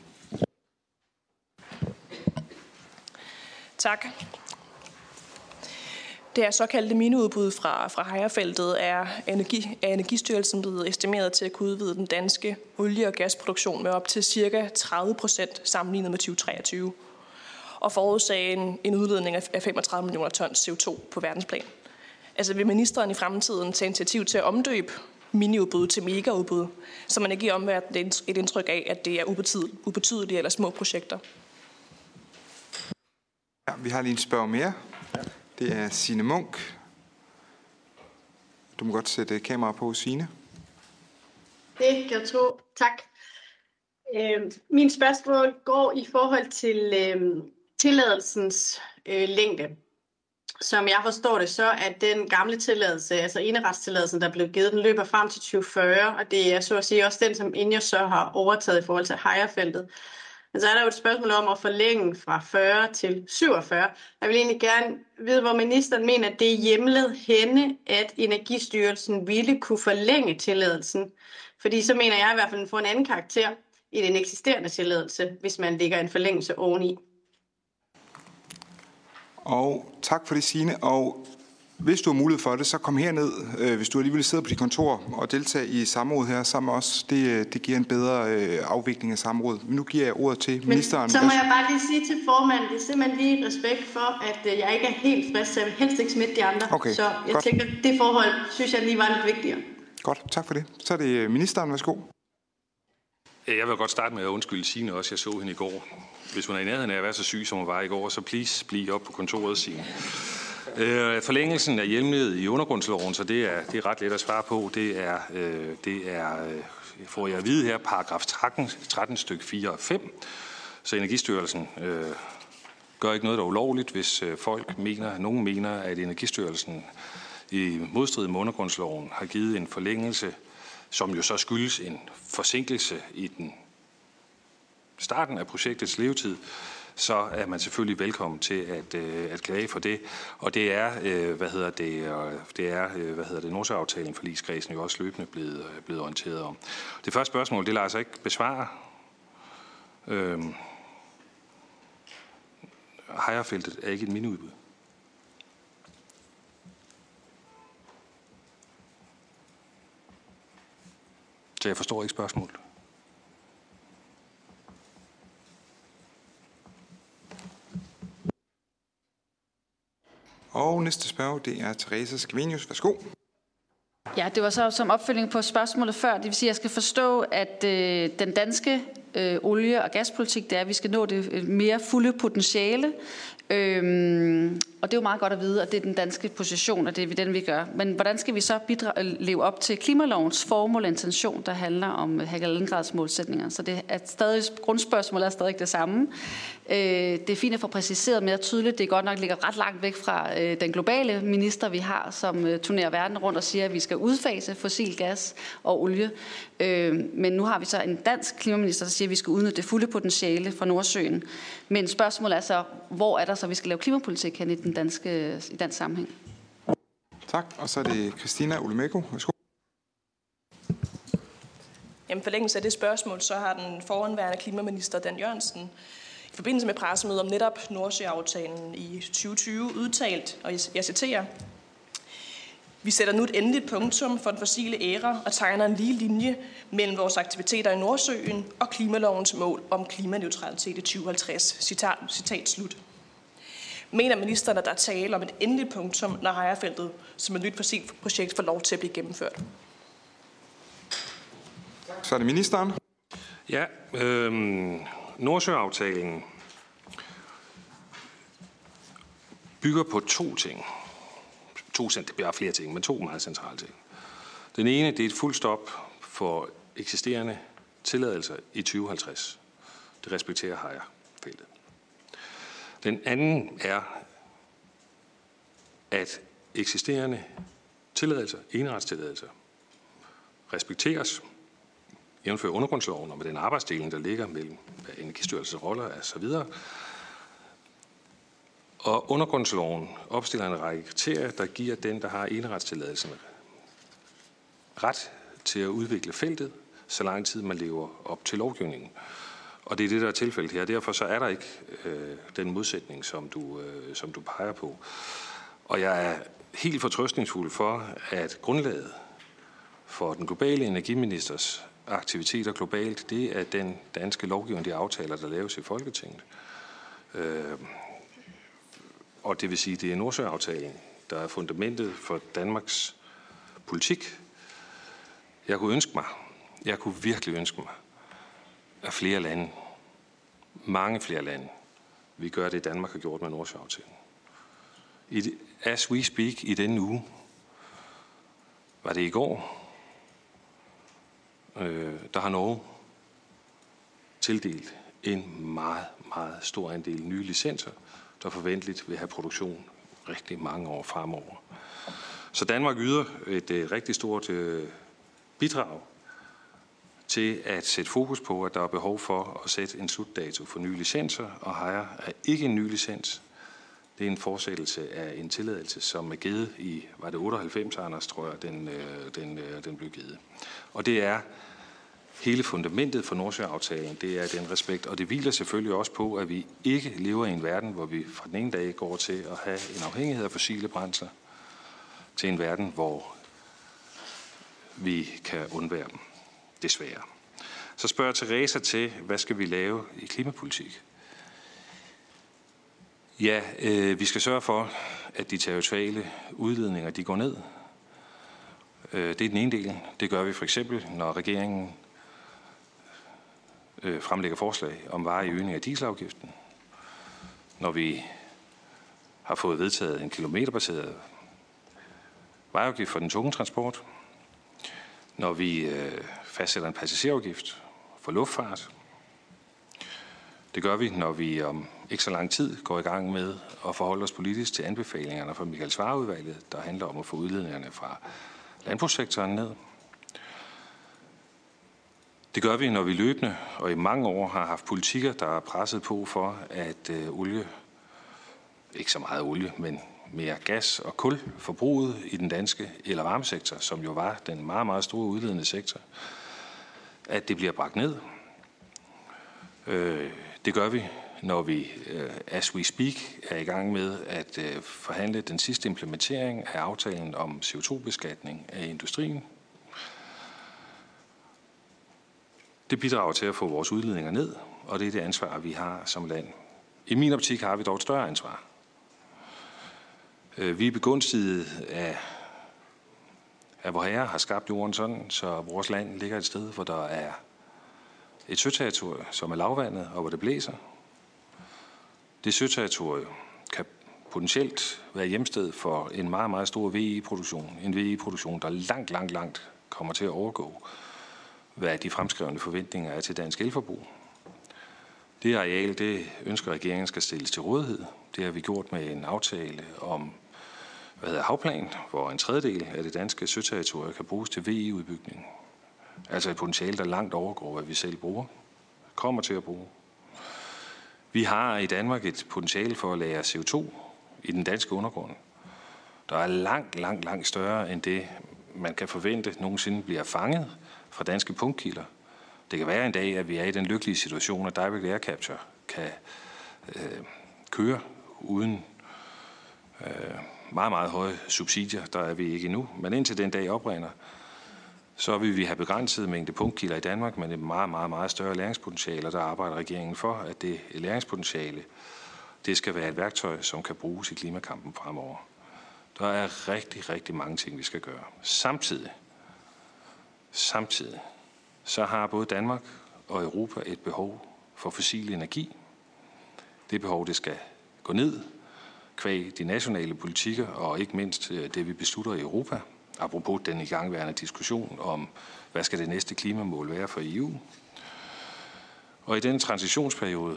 Tak. Det her såkaldte miniudbud fra Hejrefeltet er Energistyrelsen blevet estimeret til at kunne udvide den danske olie- og gasproduktion med op til ca. 30% sammenlignet med 2023, og forudsage en udledning af 35 millioner tons CO2 på verdensplan. Altså vil ministeren i fremtiden tage initiativ til at omdøbe miniudbud til megaudbud, så man ikke giver omverdenen et indtryk af, at det er ubetydelige eller små projekter? Ja, vi har lige en spørg mere. Det er Signe Munk. Du må godt sætte kameraet på, Signe. Det kan jeg tro. Tak. Min spørgsmål går i forhold til tilladelsens længde. Som jeg forstår det, så er den gamle tilladelse, altså eneretstilladelsen, der blev givet, den løber frem til 2040, og det er så at sige også den, som Ineos så har overtaget i forhold til Hejrefeltet. Men så er der jo et spørgsmål om at forlænge fra 40 til 47. Jeg vil egentlig gerne vide, hvor ministeren mener, at det er hjemlet henne, at Energistyrelsen ville kunne forlænge tilladelsen. Fordi så mener jeg i hvert fald, at den får en anden karakter i den eksisterende tilladelse, hvis man lægger en forlængelse oveni. Og tak for det, Signe. Og hvis du har mulighed for det, så kom herned, hvis du alligevel sidder på dit kontor og deltager i samrådet her sammen med os. Det giver en bedre afvikling af samrådet. Nu giver jeg ordet til ministeren. Men så må jeg bare lige sige til formanden, det er simpelthen lige respekt for, at jeg ikke er helt frisk, så jeg vil helst ikke smitte de andre. Okay, så jeg godt. tænker, det forhold synes jeg lige var lidt vigtigere. Godt, tak for det. Så er det ministeren, værsgo. Jeg vil godt starte med at undskylde Signe også. Jeg så hende i går. Hvis hun er i nærheden af at være så syg, som hun var i går, så please bliv op på kontoret, Signe. Forlængelsen af hjemlet i undergrundsloven, så det er ret let at svare på. Det er får jeg at vide her, paragraf 13 stykke 4 og 5. Så Energistyrelsen gør ikke noget, der er ulovligt, hvis nogen mener, at Energistyrelsen i modstrid med undergrundsloven har givet en forlængelse, som jo så skyldes en forsinkelse i den starten af projektets levetid, så er man selvfølgelig velkommen til at klage for det. Og det er, Nordsøaftalen forligskredsen jo også løbende blevet orienteret om. Det første spørgsmål, det lader sig ikke besvare. Hejrefeltet er ikke et miniudbud. Så jeg forstår ikke spørgsmålet. Og næste spørg, det er Therese Scavenius. Værsgo. Ja, det var så som opfølging på spørgsmålet før. Det vil sige, at jeg skal forstå, at den danske olie- og gaspolitik, det er, at vi skal nå det mere fulde potentiale. Og det er jo meget godt at vide, at det er den danske position, og det er den, vi gør. Men hvordan skal vi så leve op til klimalovens formål og intention, der handler om 1,5 målsætninger? Så det er stadig, grundspørgsmålet er stadig det samme. Det er fint at få præciseret mere tydeligt. Det er godt nok ligger ret langt væk fra den globale minister, vi har, som turnerer verden rundt og siger, at vi skal udfase fossil gas og olie. Men nu har vi så en dansk klimaminister, der siger, at vi skal udnytte det fulde potentiale fra Nordsøen. Men spørgsmålet er så, hvor er der så, vi skal lave klimapolitik hen i den dansk sammenhæng? Tak, og så er det Christina Olumeko. Værsgo. Jamen, forlængelse af det spørgsmål, så har den forhenværende klimaminister Dan Jørgensen i forbindelse med pressemødet om netop Nordsøaftalen i 2020 udtalt, og jeg citerer: "Vi sætter nu et endeligt punktum for den fossile æra og tegner en lige linje mellem vores aktiviteter i Nordsøen og klimalovens mål om klimaneutralitet i 2050. Citat slut. Mener ministeren, at der er tale om et endeligt punktum, når Hejrefeltet som et nyt fossilt projekt får lov til at blive gennemført? Så er det ministeren. Ja, Nordsøaftalen bygger på to ting. Det bliver flere ting, men to meget centrale ting. Den ene, det er et fuldt stop for eksisterende tilladelser i 2050. Det respekterer Hejrefeltet. Den anden er, at eksisterende tilladelser, eneretstilladelser, respekteres, jævnfør undergrundsloven og med den arbejdsdeling, der ligger mellem Energistyrelsens roller og så videre. Og undergrundsloven opstiller en række kriterier, der giver den, der har eneretstilladelsen, ret til at udvikle feltet, så lang tid man lever op til lovgivningen. Og det er det, der er tilfældet her. Derfor så er der ikke den modsætning, som du peger på. Og jeg er helt fortrøstningsfuld for, at grundlaget for den globale energiministers aktiviteter globalt, det er den danske lovgivning, de aftaler, der laves i Folketinget. Og det vil sige, det er Nordsøaftalen, der er fundamentet for Danmarks politik. Jeg kunne virkelig ønske mig, at flere lande, mange flere lande, vil gøre det, Danmark har gjort med Nordsøaftalen. As we speak i denne uge, var det i går, der har Norge tildelt en meget, meget stor andel nye licenser, der forventeligt vil have produktion rigtig mange år fremover. Så Danmark yder et rigtig stort bidrag til at sætte fokus på, at der er behov for at sætte en slutdato for nye licenser, og Hejre er ikke en ny licens. Det er en fortsættelse af en tilladelse, som er givet i, var det 98, Anders, tror jeg, den blev givet. Og det er hele fundamentet for Nordsøaftalen, det er den respekt, og det hviler selvfølgelig også på, at vi ikke lever i en verden, hvor vi fra den ene dag går til at have en afhængighed af fossile brændsler, til en verden, hvor vi kan undvære dem, desværre. Så spørger Theresa til, hvad skal vi lave i klimapolitik? Ja, vi skal sørge for, at de territoriale udledninger de går ned. Det er den ene del. Det gør vi for eksempel, når regeringen fremlægger forslag om varig øgning af dieselafgiften. Når vi har fået vedtaget en kilometerbaseret vejafgift for den tunge transport. Når vi fastsætter en passagerafgift for luftfart. Det gør vi, når vi om ikke så lang tid går i gang med at forholde os politisk til anbefalingerne fra Michael Svarer-udvalget, der handler om at få udledningerne fra landbrugssektoren ned. Det gør vi, når vi løbende og i mange år har haft politikker, der er presset på for, at olie, ikke så meget olie, men mere gas- og kulforbruget i den danske el- og varmesektor, som jo var den meget, meget store udledende sektor, at det bliver bragt ned. Det gør vi, når vi, as we speak, er i gang med at forhandle den sidste implementering af aftalen om CO2-beskatning af industrien. Det bidrager til at få vores udledninger ned, og det er det ansvar, vi har som land. I min optik har vi dog et større ansvar. Vi er begunstiget af vor Herre har skabt jorden sådan, så vores land ligger et sted, hvor der er et søterritorium, som er lavvandet, og hvor det blæser. Det søterritorium kan potentielt være hjemsted for en meget, meget stor VE-produktion. En VE-produktion, der langt kommer til at overgå, hvad de fremskrevne forventninger er til dansk elforbrug. Det areal, det ønsker regeringen skal stilles til rådighed. Det har vi gjort med en aftale om havplan, hvor en tredjedel af det danske søterritorium kan bruges til VE-udbygning. Altså et potentiale, der langt overgår, hvad vi selv bruger, kommer til at bruge. Vi har i Danmark et potentiale for at lagre CO2 i den danske undergrund, der er langt større end det, man kan forvente nogensinde bliver fanget fra danske punktkilder. Det kan være en dag, at vi er i den lykkelige situation, at Direct Air Capture kan køre uden meget høje subsidier. Der er vi ikke endnu. Men indtil den dag oprinder, så vil vi have begrænset mængde punktkilder i Danmark, men et meget større læringspotentiale, og der arbejder regeringen for, at det læringspotentiale, det skal være et værktøj, som kan bruges i klimakampen fremover. Der er rigtig mange ting, vi skal gøre. Samtidig, så har både Danmark og Europa et behov for fossil energi. Det behov, det skal gå ned, kvæg de nationale politikker, og ikke mindst det, vi beslutter i Europa. Apropos den igangværende diskussion om, hvad skal det næste klimamål være for EU. Og i den transitionsperiode,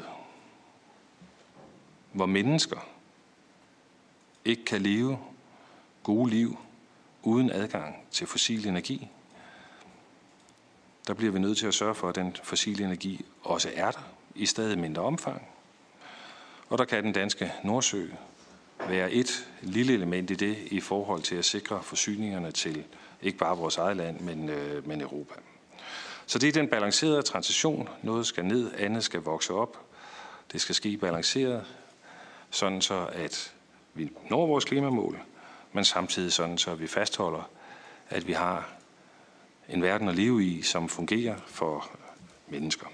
hvor mennesker ikke kan leve gode liv uden adgang til fossil energi, der bliver vi nødt til at sørge for, at den fossile energi også er der i stadig mindre omfang. Og der kan den danske Nordsø være et lille element i det i forhold til at sikre forsyningerne til ikke bare vores eget land, men Europa. Så det er den balancerede transition. Noget skal ned, andet skal vokse op. Det skal ske balanceret, sådan så at vi når vores klimamål, men samtidig sådan så at vi fastholder, at vi har en verden at leve i, som fungerer for mennesker.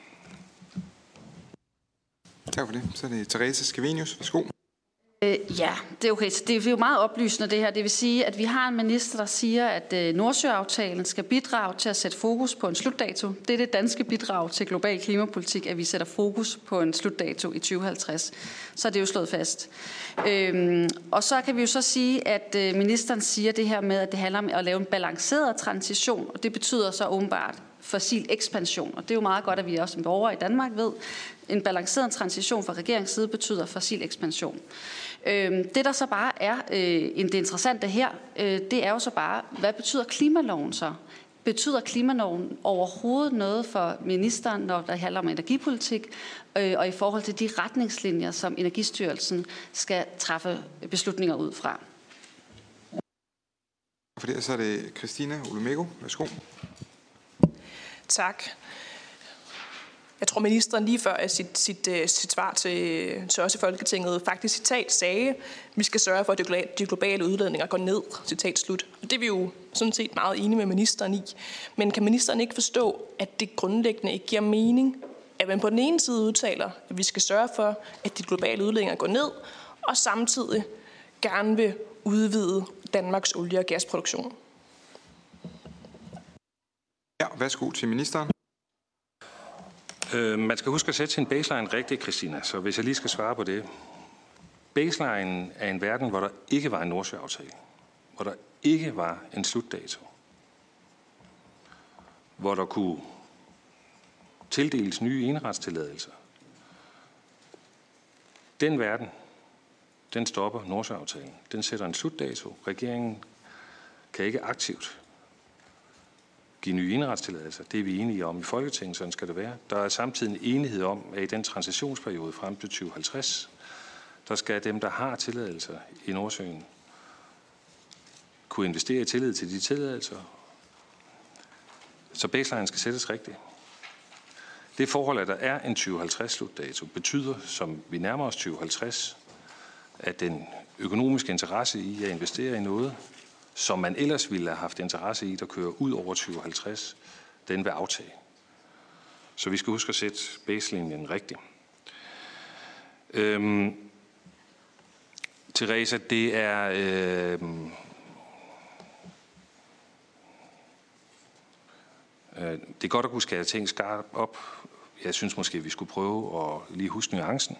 Tak for det. Så er det Theresa Scavenius. Værsgo. Ja, det er okay. Det er jo meget oplysende det her. Det vil sige, at vi har en minister, der siger, at Nordsøaftalen skal bidrage til at sætte fokus på en slutdato. Det er det danske bidrag til global klimapolitik, at vi sætter fokus på en slutdato i 2050. Så er det jo slået fast. Og så kan vi jo så sige, at ministeren siger det her med, at det handler om at lave en balanceret transition, og det betyder så åbenbart fossil ekspansion. Og det er jo meget godt, at vi også som borgere i Danmark ved, en balanceret transition fra regeringens side betyder fossil ekspansion. Det, der så bare er det interessante her, det er jo så bare, hvad betyder klimaloven så? Betyder klimaloven overhovedet noget for ministeren, når der handler om energipolitik, og i forhold til de retningslinjer, som Energistyrelsen skal træffe beslutninger ud fra? For det så er det Christina Olumeko. Værsgo. Tak. Jeg tror, ministeren lige før sit svar til os i Folketinget faktisk citat sagde, at vi skal sørge for, at de globale udledninger går ned. Citat slut. Og det er vi jo sådan set meget enige med ministeren i. Men kan ministeren ikke forstå, at det grundlæggende ikke giver mening, at man på den ene side udtaler, at vi skal sørge for, at de globale udledninger går ned, og samtidig gerne vil udvide Danmarks olie- og gasproduktion? Ja, værsgo til ministeren. Man skal huske at sætte sin baseline rigtigt, Christina, så hvis jeg lige skal svare på det. Baseline er en verden, hvor der ikke var en Nordsøaftale, hvor der ikke var en slutdato, hvor der kunne tildeles nye eneretstilladelser. Den verden, den stopper Nordsøaftalen. Den sætter en slutdato. Regeringen kan ikke aktivt give nye eneretstilladelser. Det er vi enige om i Folketinget, sådan skal det være. Der er samtidig en enighed om, at i den transitionsperiode frem til 2050, der skal dem, der har tilladelser i Nordsøen, kunne investere i tillid til de tilladelser. Så baseline skal sættes rigtigt. Det forhold, at der er en 2050-slutdato, betyder, som vi nærmer os 2050, at den økonomiske interesse i at investere i noget, som man ellers ville have haft interesse i, der kører ud over 2050, den vil aftage. Så vi skal huske at sætte baselinjen rigtigt. Teresa, det er... det er godt at kunne skære ting skarpt op. Jeg synes måske, at vi skulle prøve at lige huske nuancen.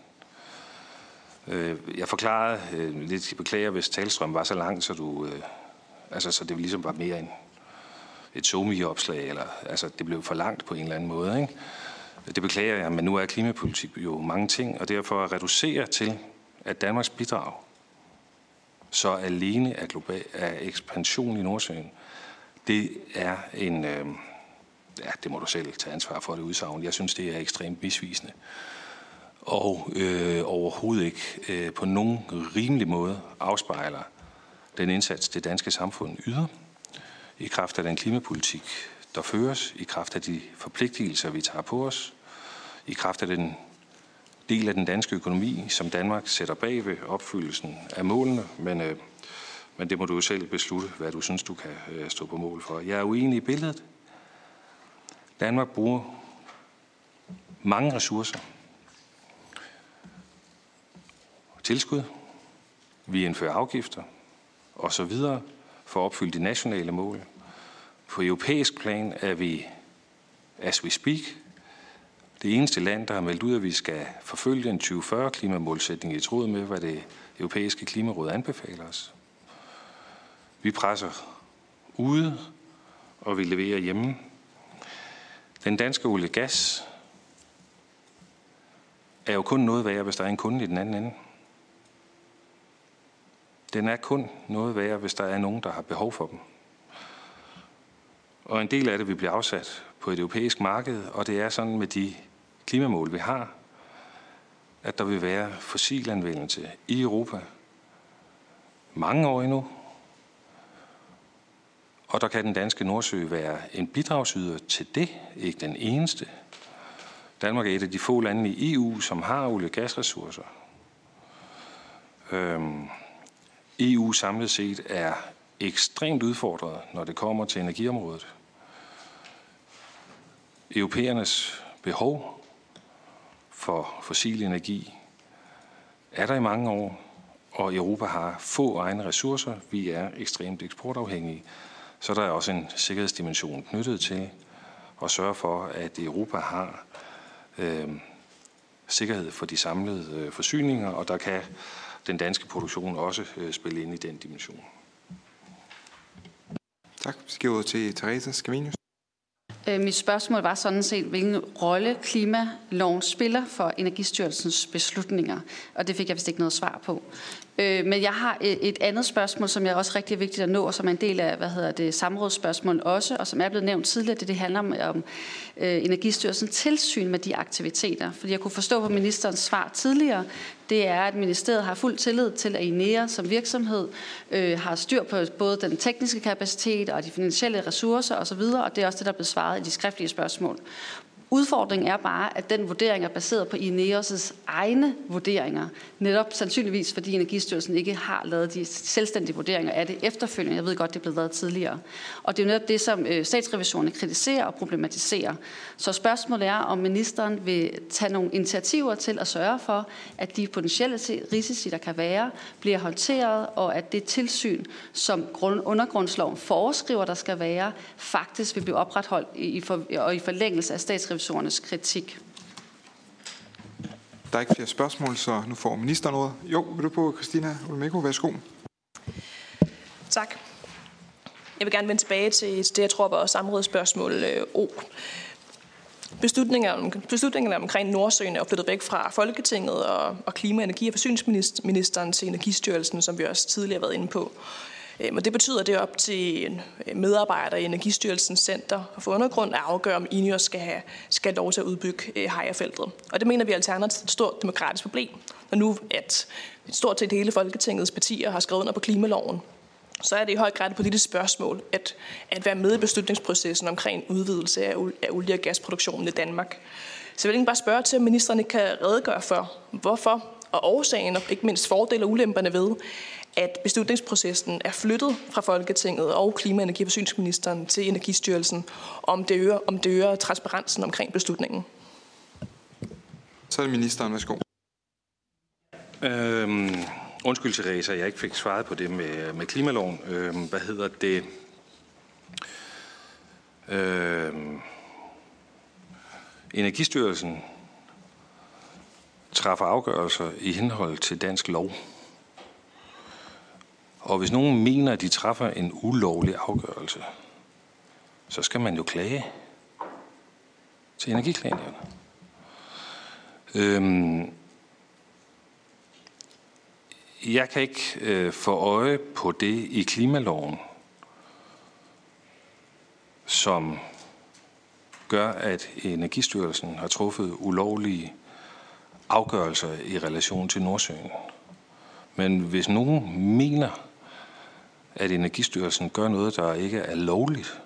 Jeg forklarede lidt, jeg beklager, hvis talstrømmen var så lang, så det ligesom var mere et SoMe-opslag, eller altså det blev for langt på en eller anden måde. Ikke? Det beklager jeg, men nu er klimapolitik jo mange ting, og derfor at reducere til, at Danmarks bidrag så alene er ekspansion i Nordsøen, det er en... det må du selv tage ansvar for, det udsagn. Jeg synes, det er ekstremt misvisende. Og overhovedet ikke på nogen rimelig måde afspejler den indsats, det danske samfund yder, i kraft af den klimapolitik, der føres, i kraft af de forpligtelser, vi tager på os, i kraft af den del af den danske økonomi, som Danmark sætter bag ved opfyldelsen af målene, men det må du jo selv beslutte, hvad du synes, du kan stå på mål for. Jeg er uenig i billedet. Danmark bruger mange ressourcer. Tilskud, vi indfører afgifter og så videre for at opfylde de nationale mål. På europæisk plan er vi, as we speak, det eneste land, der har meldt ud, at vi skal forfølge en 2040-klimamålsætning i tråd med, hvad det europæiske klimaråd anbefaler os. Vi presser ude, og vi leverer hjemme. Den danske olie og gas er jo kun noget værd, hvis der er en kunde i den anden ende. Den er kun noget værd, hvis der er nogen, der har behov for dem. Og en del af det vil blive afsat på et europæisk marked, og det er sådan med de klimamål, vi har, at der vil være fossilanvendelse i Europa mange år endnu. Og der kan den danske Nordsø være en bidragsyder til det, ikke den eneste. Danmark er et af de få lande i EU, som har olie- og gasressourcer. EU samlet set er ekstremt udfordret, når det kommer til energiområdet. Europæernes behov for fossil energi er der i mange år, og Europa har få egne ressourcer. Vi er ekstremt eksportafhængige. Så der er også en sikkerhedsdimension knyttet til at sørge for, at Europa har sikkerhed for de samlede forsyninger, og der kan den danske produktion også spille ind i den dimension. Tak. Vi skal over til Teresa Scavenius. Mit spørgsmål var sådan set, hvilken rolle klimaloven spiller for Energistyrelsens beslutninger, og det fik jeg vist ikke noget svar på. Men jeg har et andet spørgsmål, som er også rigtig vigtigt at nå, og som er en del af, samrådsspørgsmål også, og som er blevet nævnt tidligere. Det handler om Energistyrelsens tilsyn med de aktiviteter. Fordi jeg kunne forstå på ministerens svar tidligere, det er, at ministeriet har fuld tillid til, at INEA som virksomhed har styr på både den tekniske kapacitet og de finansielle ressourcer osv., og det er også det, der er blevet svaret i de skriftlige spørgsmål. Udfordringen er bare, at den vurdering er baseret på INEOS' egne vurderinger. Netop sandsynligvis, fordi Energistyrelsen ikke har lavet de selvstændige vurderinger af det efterfølgende. Jeg ved godt, det er blevet lavet tidligere. Og det er jo netop det, som statsrevisorerne kritiserer og problematiserer. Så spørgsmålet er, om ministeren vil tage nogle initiativer til at sørge for, at de potentielle risici, der kan være, bliver håndteret, og at det tilsyn, som undergrundsloven foreskriver, der skal være, faktisk vil blive opretholdt i forlængelse af statsrevisorernes kritik. Der er ikke flere spørgsmål, så nu får ministeren ordet. Jo, vil du på, Christina Olumeko? Værsgo. Tak. Jeg vil gerne vende tilbage til det, jeg tror var samrådsspørgsmål O. Beslutningerne omkring Nordsøen er flyttet væk fra Folketinget og Klima-, Energi- og Forsyningsministeren til Energistyrelsen, som vi også tidligere har været inde på. Og det betyder, at det er op til medarbejdere i Energistyrelsens center og for undergrund at afgøre, om INEOS skal have lov til at udbygge Hejrefeltet. Og det mener vi alternativt et stort demokratisk problem, når nu at stort set hele Folketingets partier har skrevet under på klimaloven. Så er det i høj grad et politisk spørgsmål at være med i beslutningsprocessen omkring udvidelse af olie- og gasproduktionen i Danmark. Så jeg vil ikke bare spørge til, om ministeren kan redegøre for, hvorfor og årsagen og ikke mindst fordele og ulemperne ved, at beslutningsprocessen er flyttet fra Folketinget og Klima-, Energi- og Forsyningsministeren til Energistyrelsen, om det øger transparensen omkring beslutningen. Så er det ministeren. Værsgo. Undskyld, Theresa, jeg ikke fik svaret på det med klimaloven. Energistyrelsen træffer afgørelser i henhold til dansk lov. Og hvis nogen mener, at de træffer en ulovlig afgørelse, så skal man jo klage til Energiklagenævnet. Jeg kan ikke få øje på det i klimaloven, som gør, at Energistyrelsen har truffet ulovlige afgørelser i relation til Nordsøen. Men hvis nogen mener, at Energistyrelsen gør noget, der ikke er lovligt,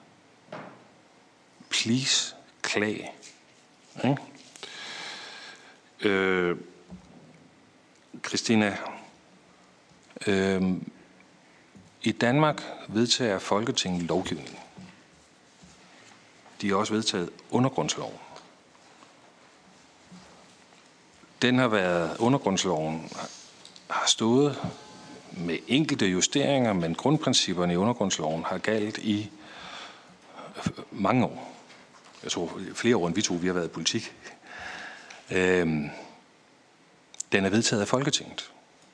please, klag. Christina, i Danmark vedtager Folketinget lovgivning. De har også vedtaget undergrundsloven. Undergrundsloven har stået med enkelte justeringer, men grundprincipperne i undergrundsloven har galt i mange år. Jeg tror flere år, end vi har været i politik. Den er vedtaget af Folketinget.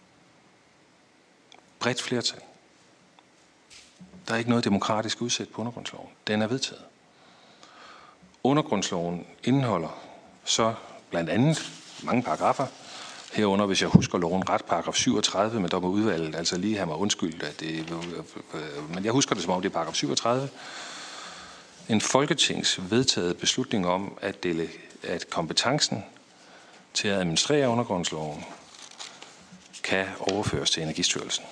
Bredt flertal. Der er ikke noget demokratisk udsæt på undergrundsloven. Den er vedtaget. Undergrundsloven indeholder så blandt andet mange paragrafer. Herunder, hvis jeg husker loven ret, paragraf 37, men der må udvalget altså lige have mig undskyldt, at men jeg husker det som om det er paragraf 37. En folketingsvedtaget beslutning om, at kompetencen til at administrere undergrundsloven kan overføres til Energistyrelsen.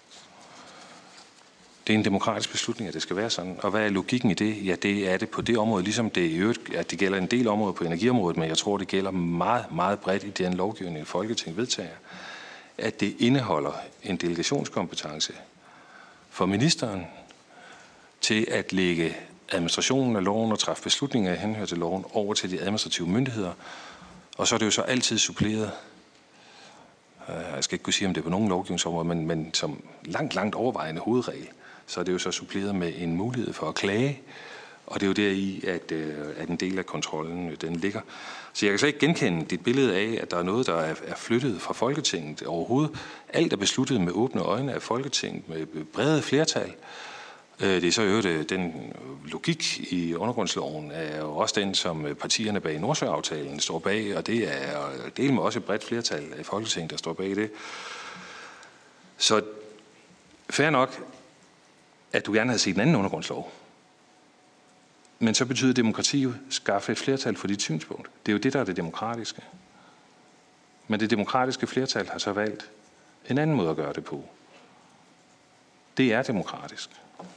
Det er en demokratisk beslutning, at det skal være sådan. Og hvad er logikken i det? Ja, det er det på det område, ligesom det i øvrigt, at det gælder en del områder på energiområdet, men jeg tror, det gælder meget, meget bredt i den lovgivning, Folketinget vedtager, at det indeholder en delegationskompetence for ministeren til at lægge administrationen af loven og træffe beslutninger i henhold til loven over til de administrative myndigheder. Og så er det jo så altid suppleret. Jeg skal ikke kunne sige, om det er på nogen lovgivningsområder, men som langt overvejende hovedregel, så er det jo så suppleret med en mulighed for at klage, og det er jo deri, at en del af kontrollen den ligger. Så jeg kan så ikke genkende dit billede af, at der er noget, der er flyttet fra Folketinget overhovedet. Alt er besluttet med åbne øjne af Folketinget, med brede flertal. Det er så jo den logik i undergrundsloven, er jo også den, som partierne bag Nordsøaftalen står bag, og det er del med også et bredt flertal af Folketinget, der står bag det. Så fair nok, at du gerne havde set en anden undergrundslov. Men så betyder demokrati jo skaffe et flertal for dit synspunkt. Det er jo det, der er det demokratiske. Men det demokratiske flertal har så valgt en anden måde at gøre det på. Det er demokratisk.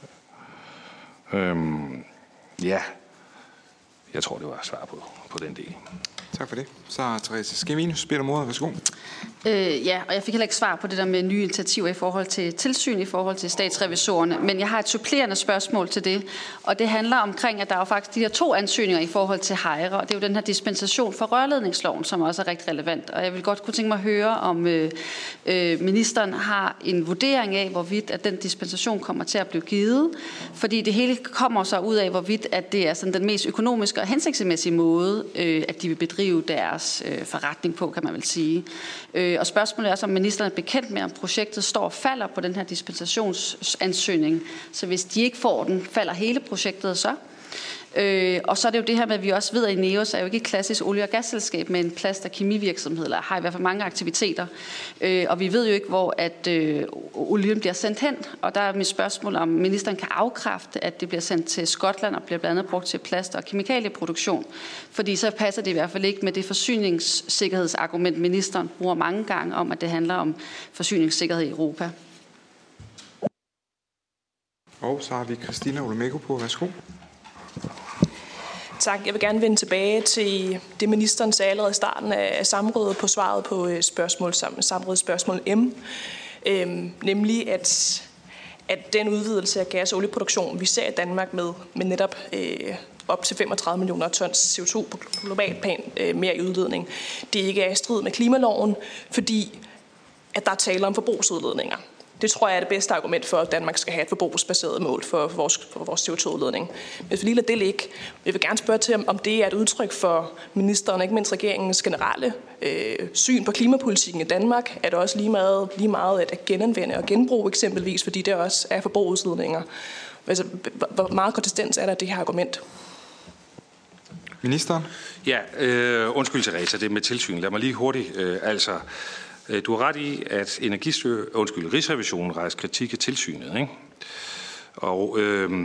Ja, jeg tror, det var svar på den del. Tak for det. Så har Therese Scavenius bedt om ordet. Værsgo. Ja, og jeg fik heller ikke svar på det der med nye initiativer i forhold til tilsyn, i forhold til statsrevisorerne. Men jeg har et supplerende spørgsmål til det, og det handler omkring, at der er jo faktisk de her 2 ansøgninger i forhold til Hejre, og det er jo den her dispensation for rørledningsloven, som også er rigtig relevant. Og jeg vil godt kunne tænke mig at høre, om ministeren har en vurdering af, hvorvidt at den dispensation kommer til at blive givet, fordi det hele kommer så ud af, hvorvidt at det er sådan den mest økonomiske og hensigtsmæssige måde, at de vil bedrive deres forretning på, kan man vel sige. Og spørgsmålet er også, om ministeren er bekendt med, om projektet står og falder på den her dispensationsansøgning. Så hvis de ikke får den, falder hele projektet så? Og så er det jo det her med, at vi også ved, at Ineos er jo ikke et klassisk olie- og gasselskab med en plast- og kemivirksomhed, eller har i hvert fald mange aktiviteter. Og vi ved jo ikke, hvor at olien bliver sendt hen. Og der er mit spørgsmål, om ministeren kan afkræfte, at det bliver sendt til Skotland og bliver blandt andet brugt til plast- og kemikalieproduktion. Fordi så passer det i hvert fald ikke med det forsyningssikkerhedsargument, ministeren bruger mange gange om, at det handler om forsyningssikkerhed i Europa. Og så har vi Christina Olumeko på. Værsgo. Tak. Jeg vil gerne vende tilbage til det, ministeren sagde allerede i starten af samrådet på svaret på samrådets spørgsmål M. Nemlig, at den udvidelse af gas- og olieproduktion, vi ser i Danmark med netop op til 35 millioner tons CO2 på global plan mere i udledning, det ikke er i strid med klimaloven, fordi at der er tale om forbrugsudledninger. Det tror jeg er det bedste argument for, at Danmark skal have et forbrugsbaseret mål for vores CO2-udledning. Men for lige det ligge, jeg vil gerne spørge til, om det er et udtryk for ministeren, ikke mindst regeringens generelle syn på klimapolitikken i Danmark. Er det også lige meget at genanvende og genbruge eksempelvis, fordi det også er forbrugsudledninger. Altså, hvor meget konsistens er der det her argument? Ministeren? Ja, undskyld Therese, det med tilsyn. Lad mig lige hurtigt, du har ret i, at Rigsrevisionen rejser kritik af tilsynet, ikke? Og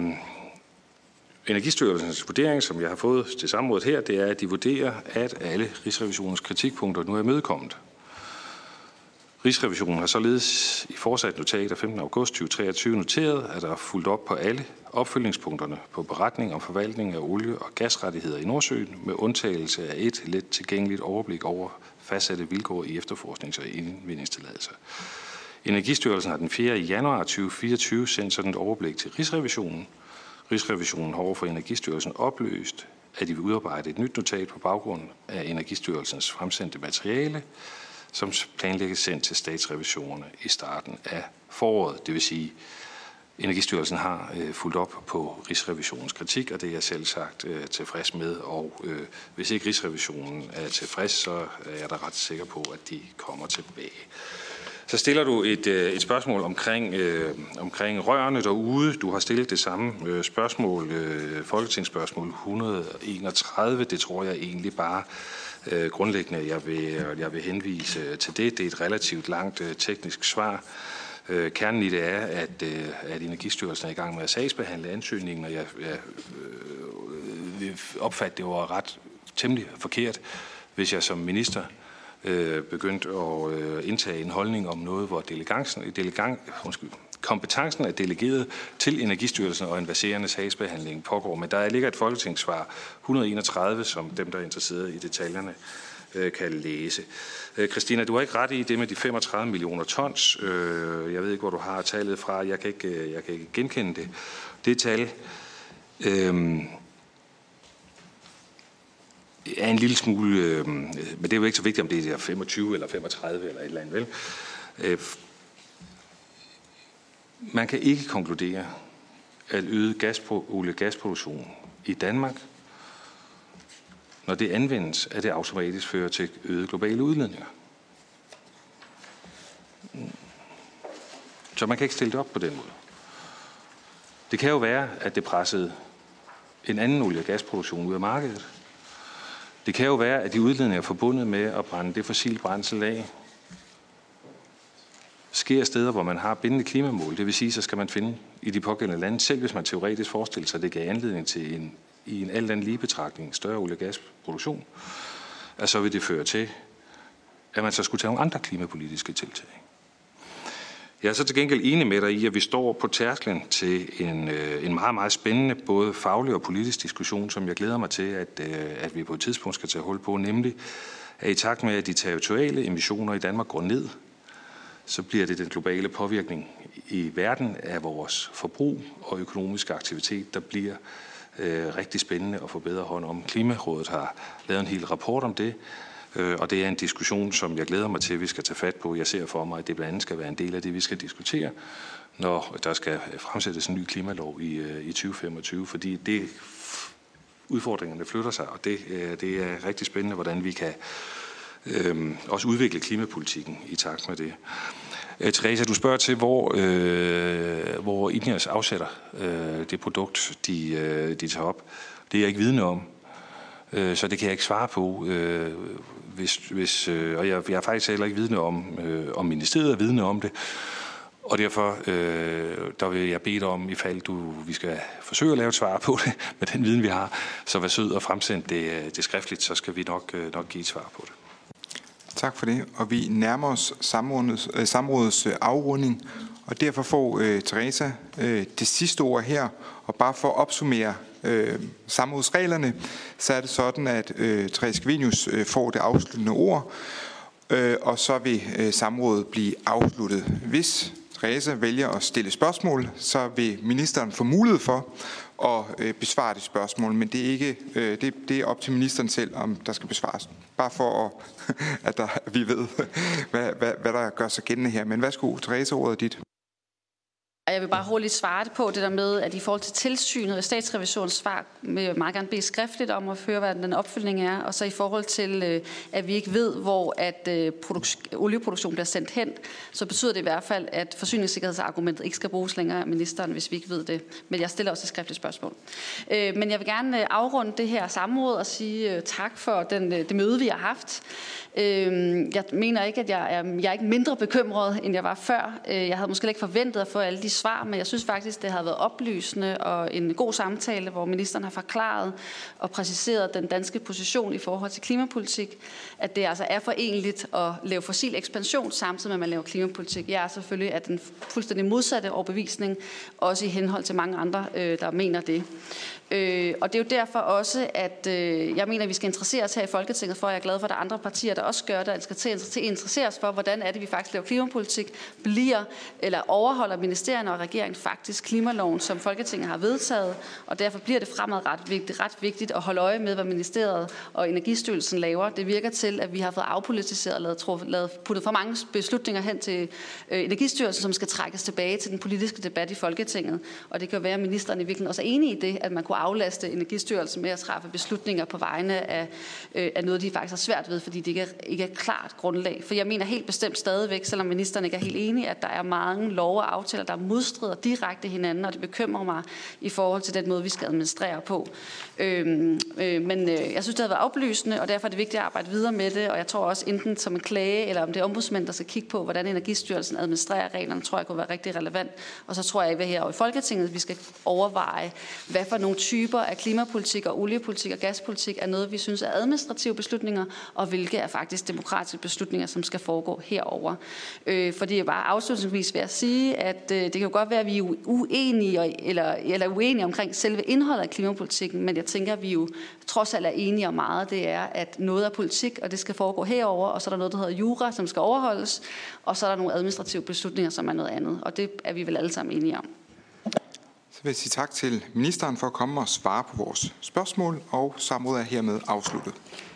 Energistyrelsens vurdering, som jeg har fået til samrådet her, det er, at de vurderer, at alle Rigsrevisionens kritikpunkter nu er imødekommet. Rigsrevisionen har således i fortsat notat af 15. august 2023 noteret, at der er fulgt op på alle opfølgningspunkterne på beretning om forvaltning af olie- og gasrettigheder i Nordsøen, med undtagelse af et let tilgængeligt overblik over fastsatte vilkår i efterforsknings- og indvindingstilladelser. Energistyrelsen har den 4. januar 2024 sendt sådan et overblik til Rigsrevisionen. Rigsrevisionen har overfor Energistyrelsen opløst, at de vil udarbejde et nyt notat på baggrund af Energistyrelsens fremsendte materiale, som planlægges sendt til statsrevisionerne i starten af foråret. Det vil sige, Energistyrelsen har fulgt op på Rigsrevisionens kritik, og det er jeg selv sagt tilfreds med. Og hvis ikke Rigsrevisionen er tilfreds, så er jeg da ret sikker på, at de kommer tilbage. Så stiller du et spørgsmål omkring rørene derude. Du har stillet det samme spørgsmål, folketingsspørgsmål 131. Det tror jeg egentlig bare grundlæggende, jeg vil henvise til det. Det er et relativt langt teknisk svar. Kernen i det er, at Energistyrelsen er i gang med at sagsbehandle ansøgningen, og jeg vil opfatte, det var ret temmelig forkert, hvis jeg som minister begyndte at indtage en holdning om noget, hvor kompetencen er delegeret til Energistyrelsen, og en verserende sagsbehandling pågår. Men der ligger et folketingssvar 131, som dem, der er interesseret i detaljerne, kan læse. Christina, du har ikke ret i det med de 35 millioner tons. Jeg ved ikke, hvor du har tallet fra. Jeg kan ikke genkende det. Det tal er en lille smule, men det er jo ikke så vigtigt, om det er 25 eller 35 eller et eller andet, vel? Man kan ikke konkludere, at øget olie- og gasproduktion i Danmark, når det anvendes, at det automatisk fører til øget globale udledninger. Så man kan ikke stille det op på den måde. Det kan jo være, at det pressede en anden olie- og gasproduktion ud af markedet. Det kan jo være, at de udledninger er forbundet med at brænde det fossile brændsel af, sker steder, hvor man har bindende klimamål. Det vil sige, så skal man finde i de pågældende lande, selv hvis man teoretisk forestiller sig, at det gav anledning til i en alt anden lige betragtning større olie- og gasproduktion, at så vil det føre til, at man så skulle tage nogle andre klimapolitiske tiltag. Jeg er så til gengæld enig med dig i, at vi står på tærsklen til en meget, meget spændende både faglig og politisk diskussion, som jeg glæder mig til, at vi på et tidspunkt skal tage hul på, nemlig at i takt med, at de territoriale emissioner i Danmark går ned, så bliver det den globale påvirkning i verden af vores forbrug og økonomiske aktivitet, der bliver rigtig spændende at få bedre hånd om. Klimarådet har lavet en hel rapport om det, og det er en diskussion, som jeg glæder mig til, at vi skal tage fat på. Jeg ser for mig, at det blandt andet skal være en del af det, vi skal diskutere, når der skal fremsættes en ny klimalov i 2025, fordi udfordringerne flytter sig, og det er rigtig spændende, hvordan vi kan også udvikle klimapolitikken i takt med det. Teresa, du spørger til, hvor Ineos afsætter det produkt, de tager op. Det er jeg ikke vidne om, så det kan jeg ikke svare på. Og jeg er faktisk heller ikke vidne om ministeriet er vidne om det. Og derfor der vil jeg bede dig om, ifald vi skal forsøge at lave et svar på det, med den viden, vi har, så vær sød og fremsend det skriftligt, så skal vi nok give et svar på det. Tak for det, og vi nærmer os samrådets afrunding, og derfor får Teresa det sidste ord her, og bare for at opsummere samrådsreglerne, så er det sådan, at Teresa Scavenius får det afsluttende ord, og så vil samrådet blive afsluttet. Hvis Teresa vælger at stille spørgsmål, så vil ministeren få mulighed for at besvare det spørgsmål, men det er ikke det er op til ministeren selv, om der skal besvares. Bare for at vi ved, hvad der gør sig gældende her. Men værsgo, Teresa, ordet er dit. Jeg vil bare hurtigt svare det på det der med, at i forhold til tilsynet og statsrevisionens svar, vil jeg meget gerne bede skriftligt om at høre, hvad den opfølgning er. Og så i forhold til, at vi ikke ved, hvor olieproduktion bliver sendt hen, så betyder det i hvert fald, at forsyningssikkerhedsargumentet ikke skal bruges længere af ministeren, hvis vi ikke ved det. Men jeg stiller også et skriftligt spørgsmål. Men jeg vil gerne afrunde det her samråd og sige tak for det møde, vi har haft. Jeg mener ikke, at jeg er ikke mindre bekymret, end jeg var før. Jeg havde måske ikke forventet at få alle de svar, men jeg synes faktisk, det har været oplysende og en god samtale, hvor ministeren har forklaret og præciseret den danske position i forhold til klimapolitik, at det altså er forenligt at lave fossil ekspansion, samtidig med at man laver klimapolitik. Jeg er selvfølgelig af den fuldstændig modsatte overbevisning, også i henhold til mange andre, der mener det. Og det er jo derfor også, at jeg mener, at vi skal interessere os her i Folketinget for, og jeg er glad for, at der er andre partier, der også gør det, at skal til interessere os for, hvordan er det, vi faktisk laver klimapolitik, overholder ministerierne og regeringen faktisk klimaloven, som Folketinget har vedtaget, og derfor bliver det fremadrettet ret vigtigt at holde øje med, hvad ministeriet og Energistyrelsen laver. Det virker til, at vi har fået afpolitiseret og puttet for mange beslutninger hen til Energistyrelsen, som skal trækkes tilbage til den politiske debat i Folketinget, og det kan jo være, at ministeren i virkeligheden også er enig i det, at man kunne aflaste Energistyrelsen med at træffe beslutninger på vegne af noget, de faktisk har svært ved, fordi det ikke er klart grundlag. For jeg mener helt bestemt stadigvæk, selvom ministeren ikke er helt enig, at der er mange love og aftaler, der modstrider direkte hinanden, og det bekymrer mig i forhold til den måde, vi skal administrere på. Men jeg synes, det har været oplysende, og derfor er det vigtigt at arbejde videre med det, og jeg tror også, enten som en klage, eller om det er ombudsmænd, der skal kigge på, hvordan Energistyrelsen administrerer reglerne, tror jeg kunne være rigtig relevant. Og så tror jeg, at her i Folketinget, vi skal overveje, hvad for nogle typer af klimapolitik og oliepolitik og gaspolitik er noget, vi synes er administrative beslutninger, og hvilke er faktisk demokratiske beslutninger, som skal foregå herover. Fordi jeg bare afslutningsvis vil jeg sige, at det kan jo godt være, at vi er uenige eller uenige omkring selve indholdet af klimapolitikken, men jeg tænker, at vi jo trods alt er enige om meget. Det er, at noget er politik, og det skal foregå herover, og så er der noget, der hedder jura, som skal overholdes, og så er der nogle administrative beslutninger, som er noget andet, og det er vi vel alle sammen enige om. Så vil jeg sige tak til ministeren for at komme og svare på vores spørgsmål, og samrådet er hermed afsluttet.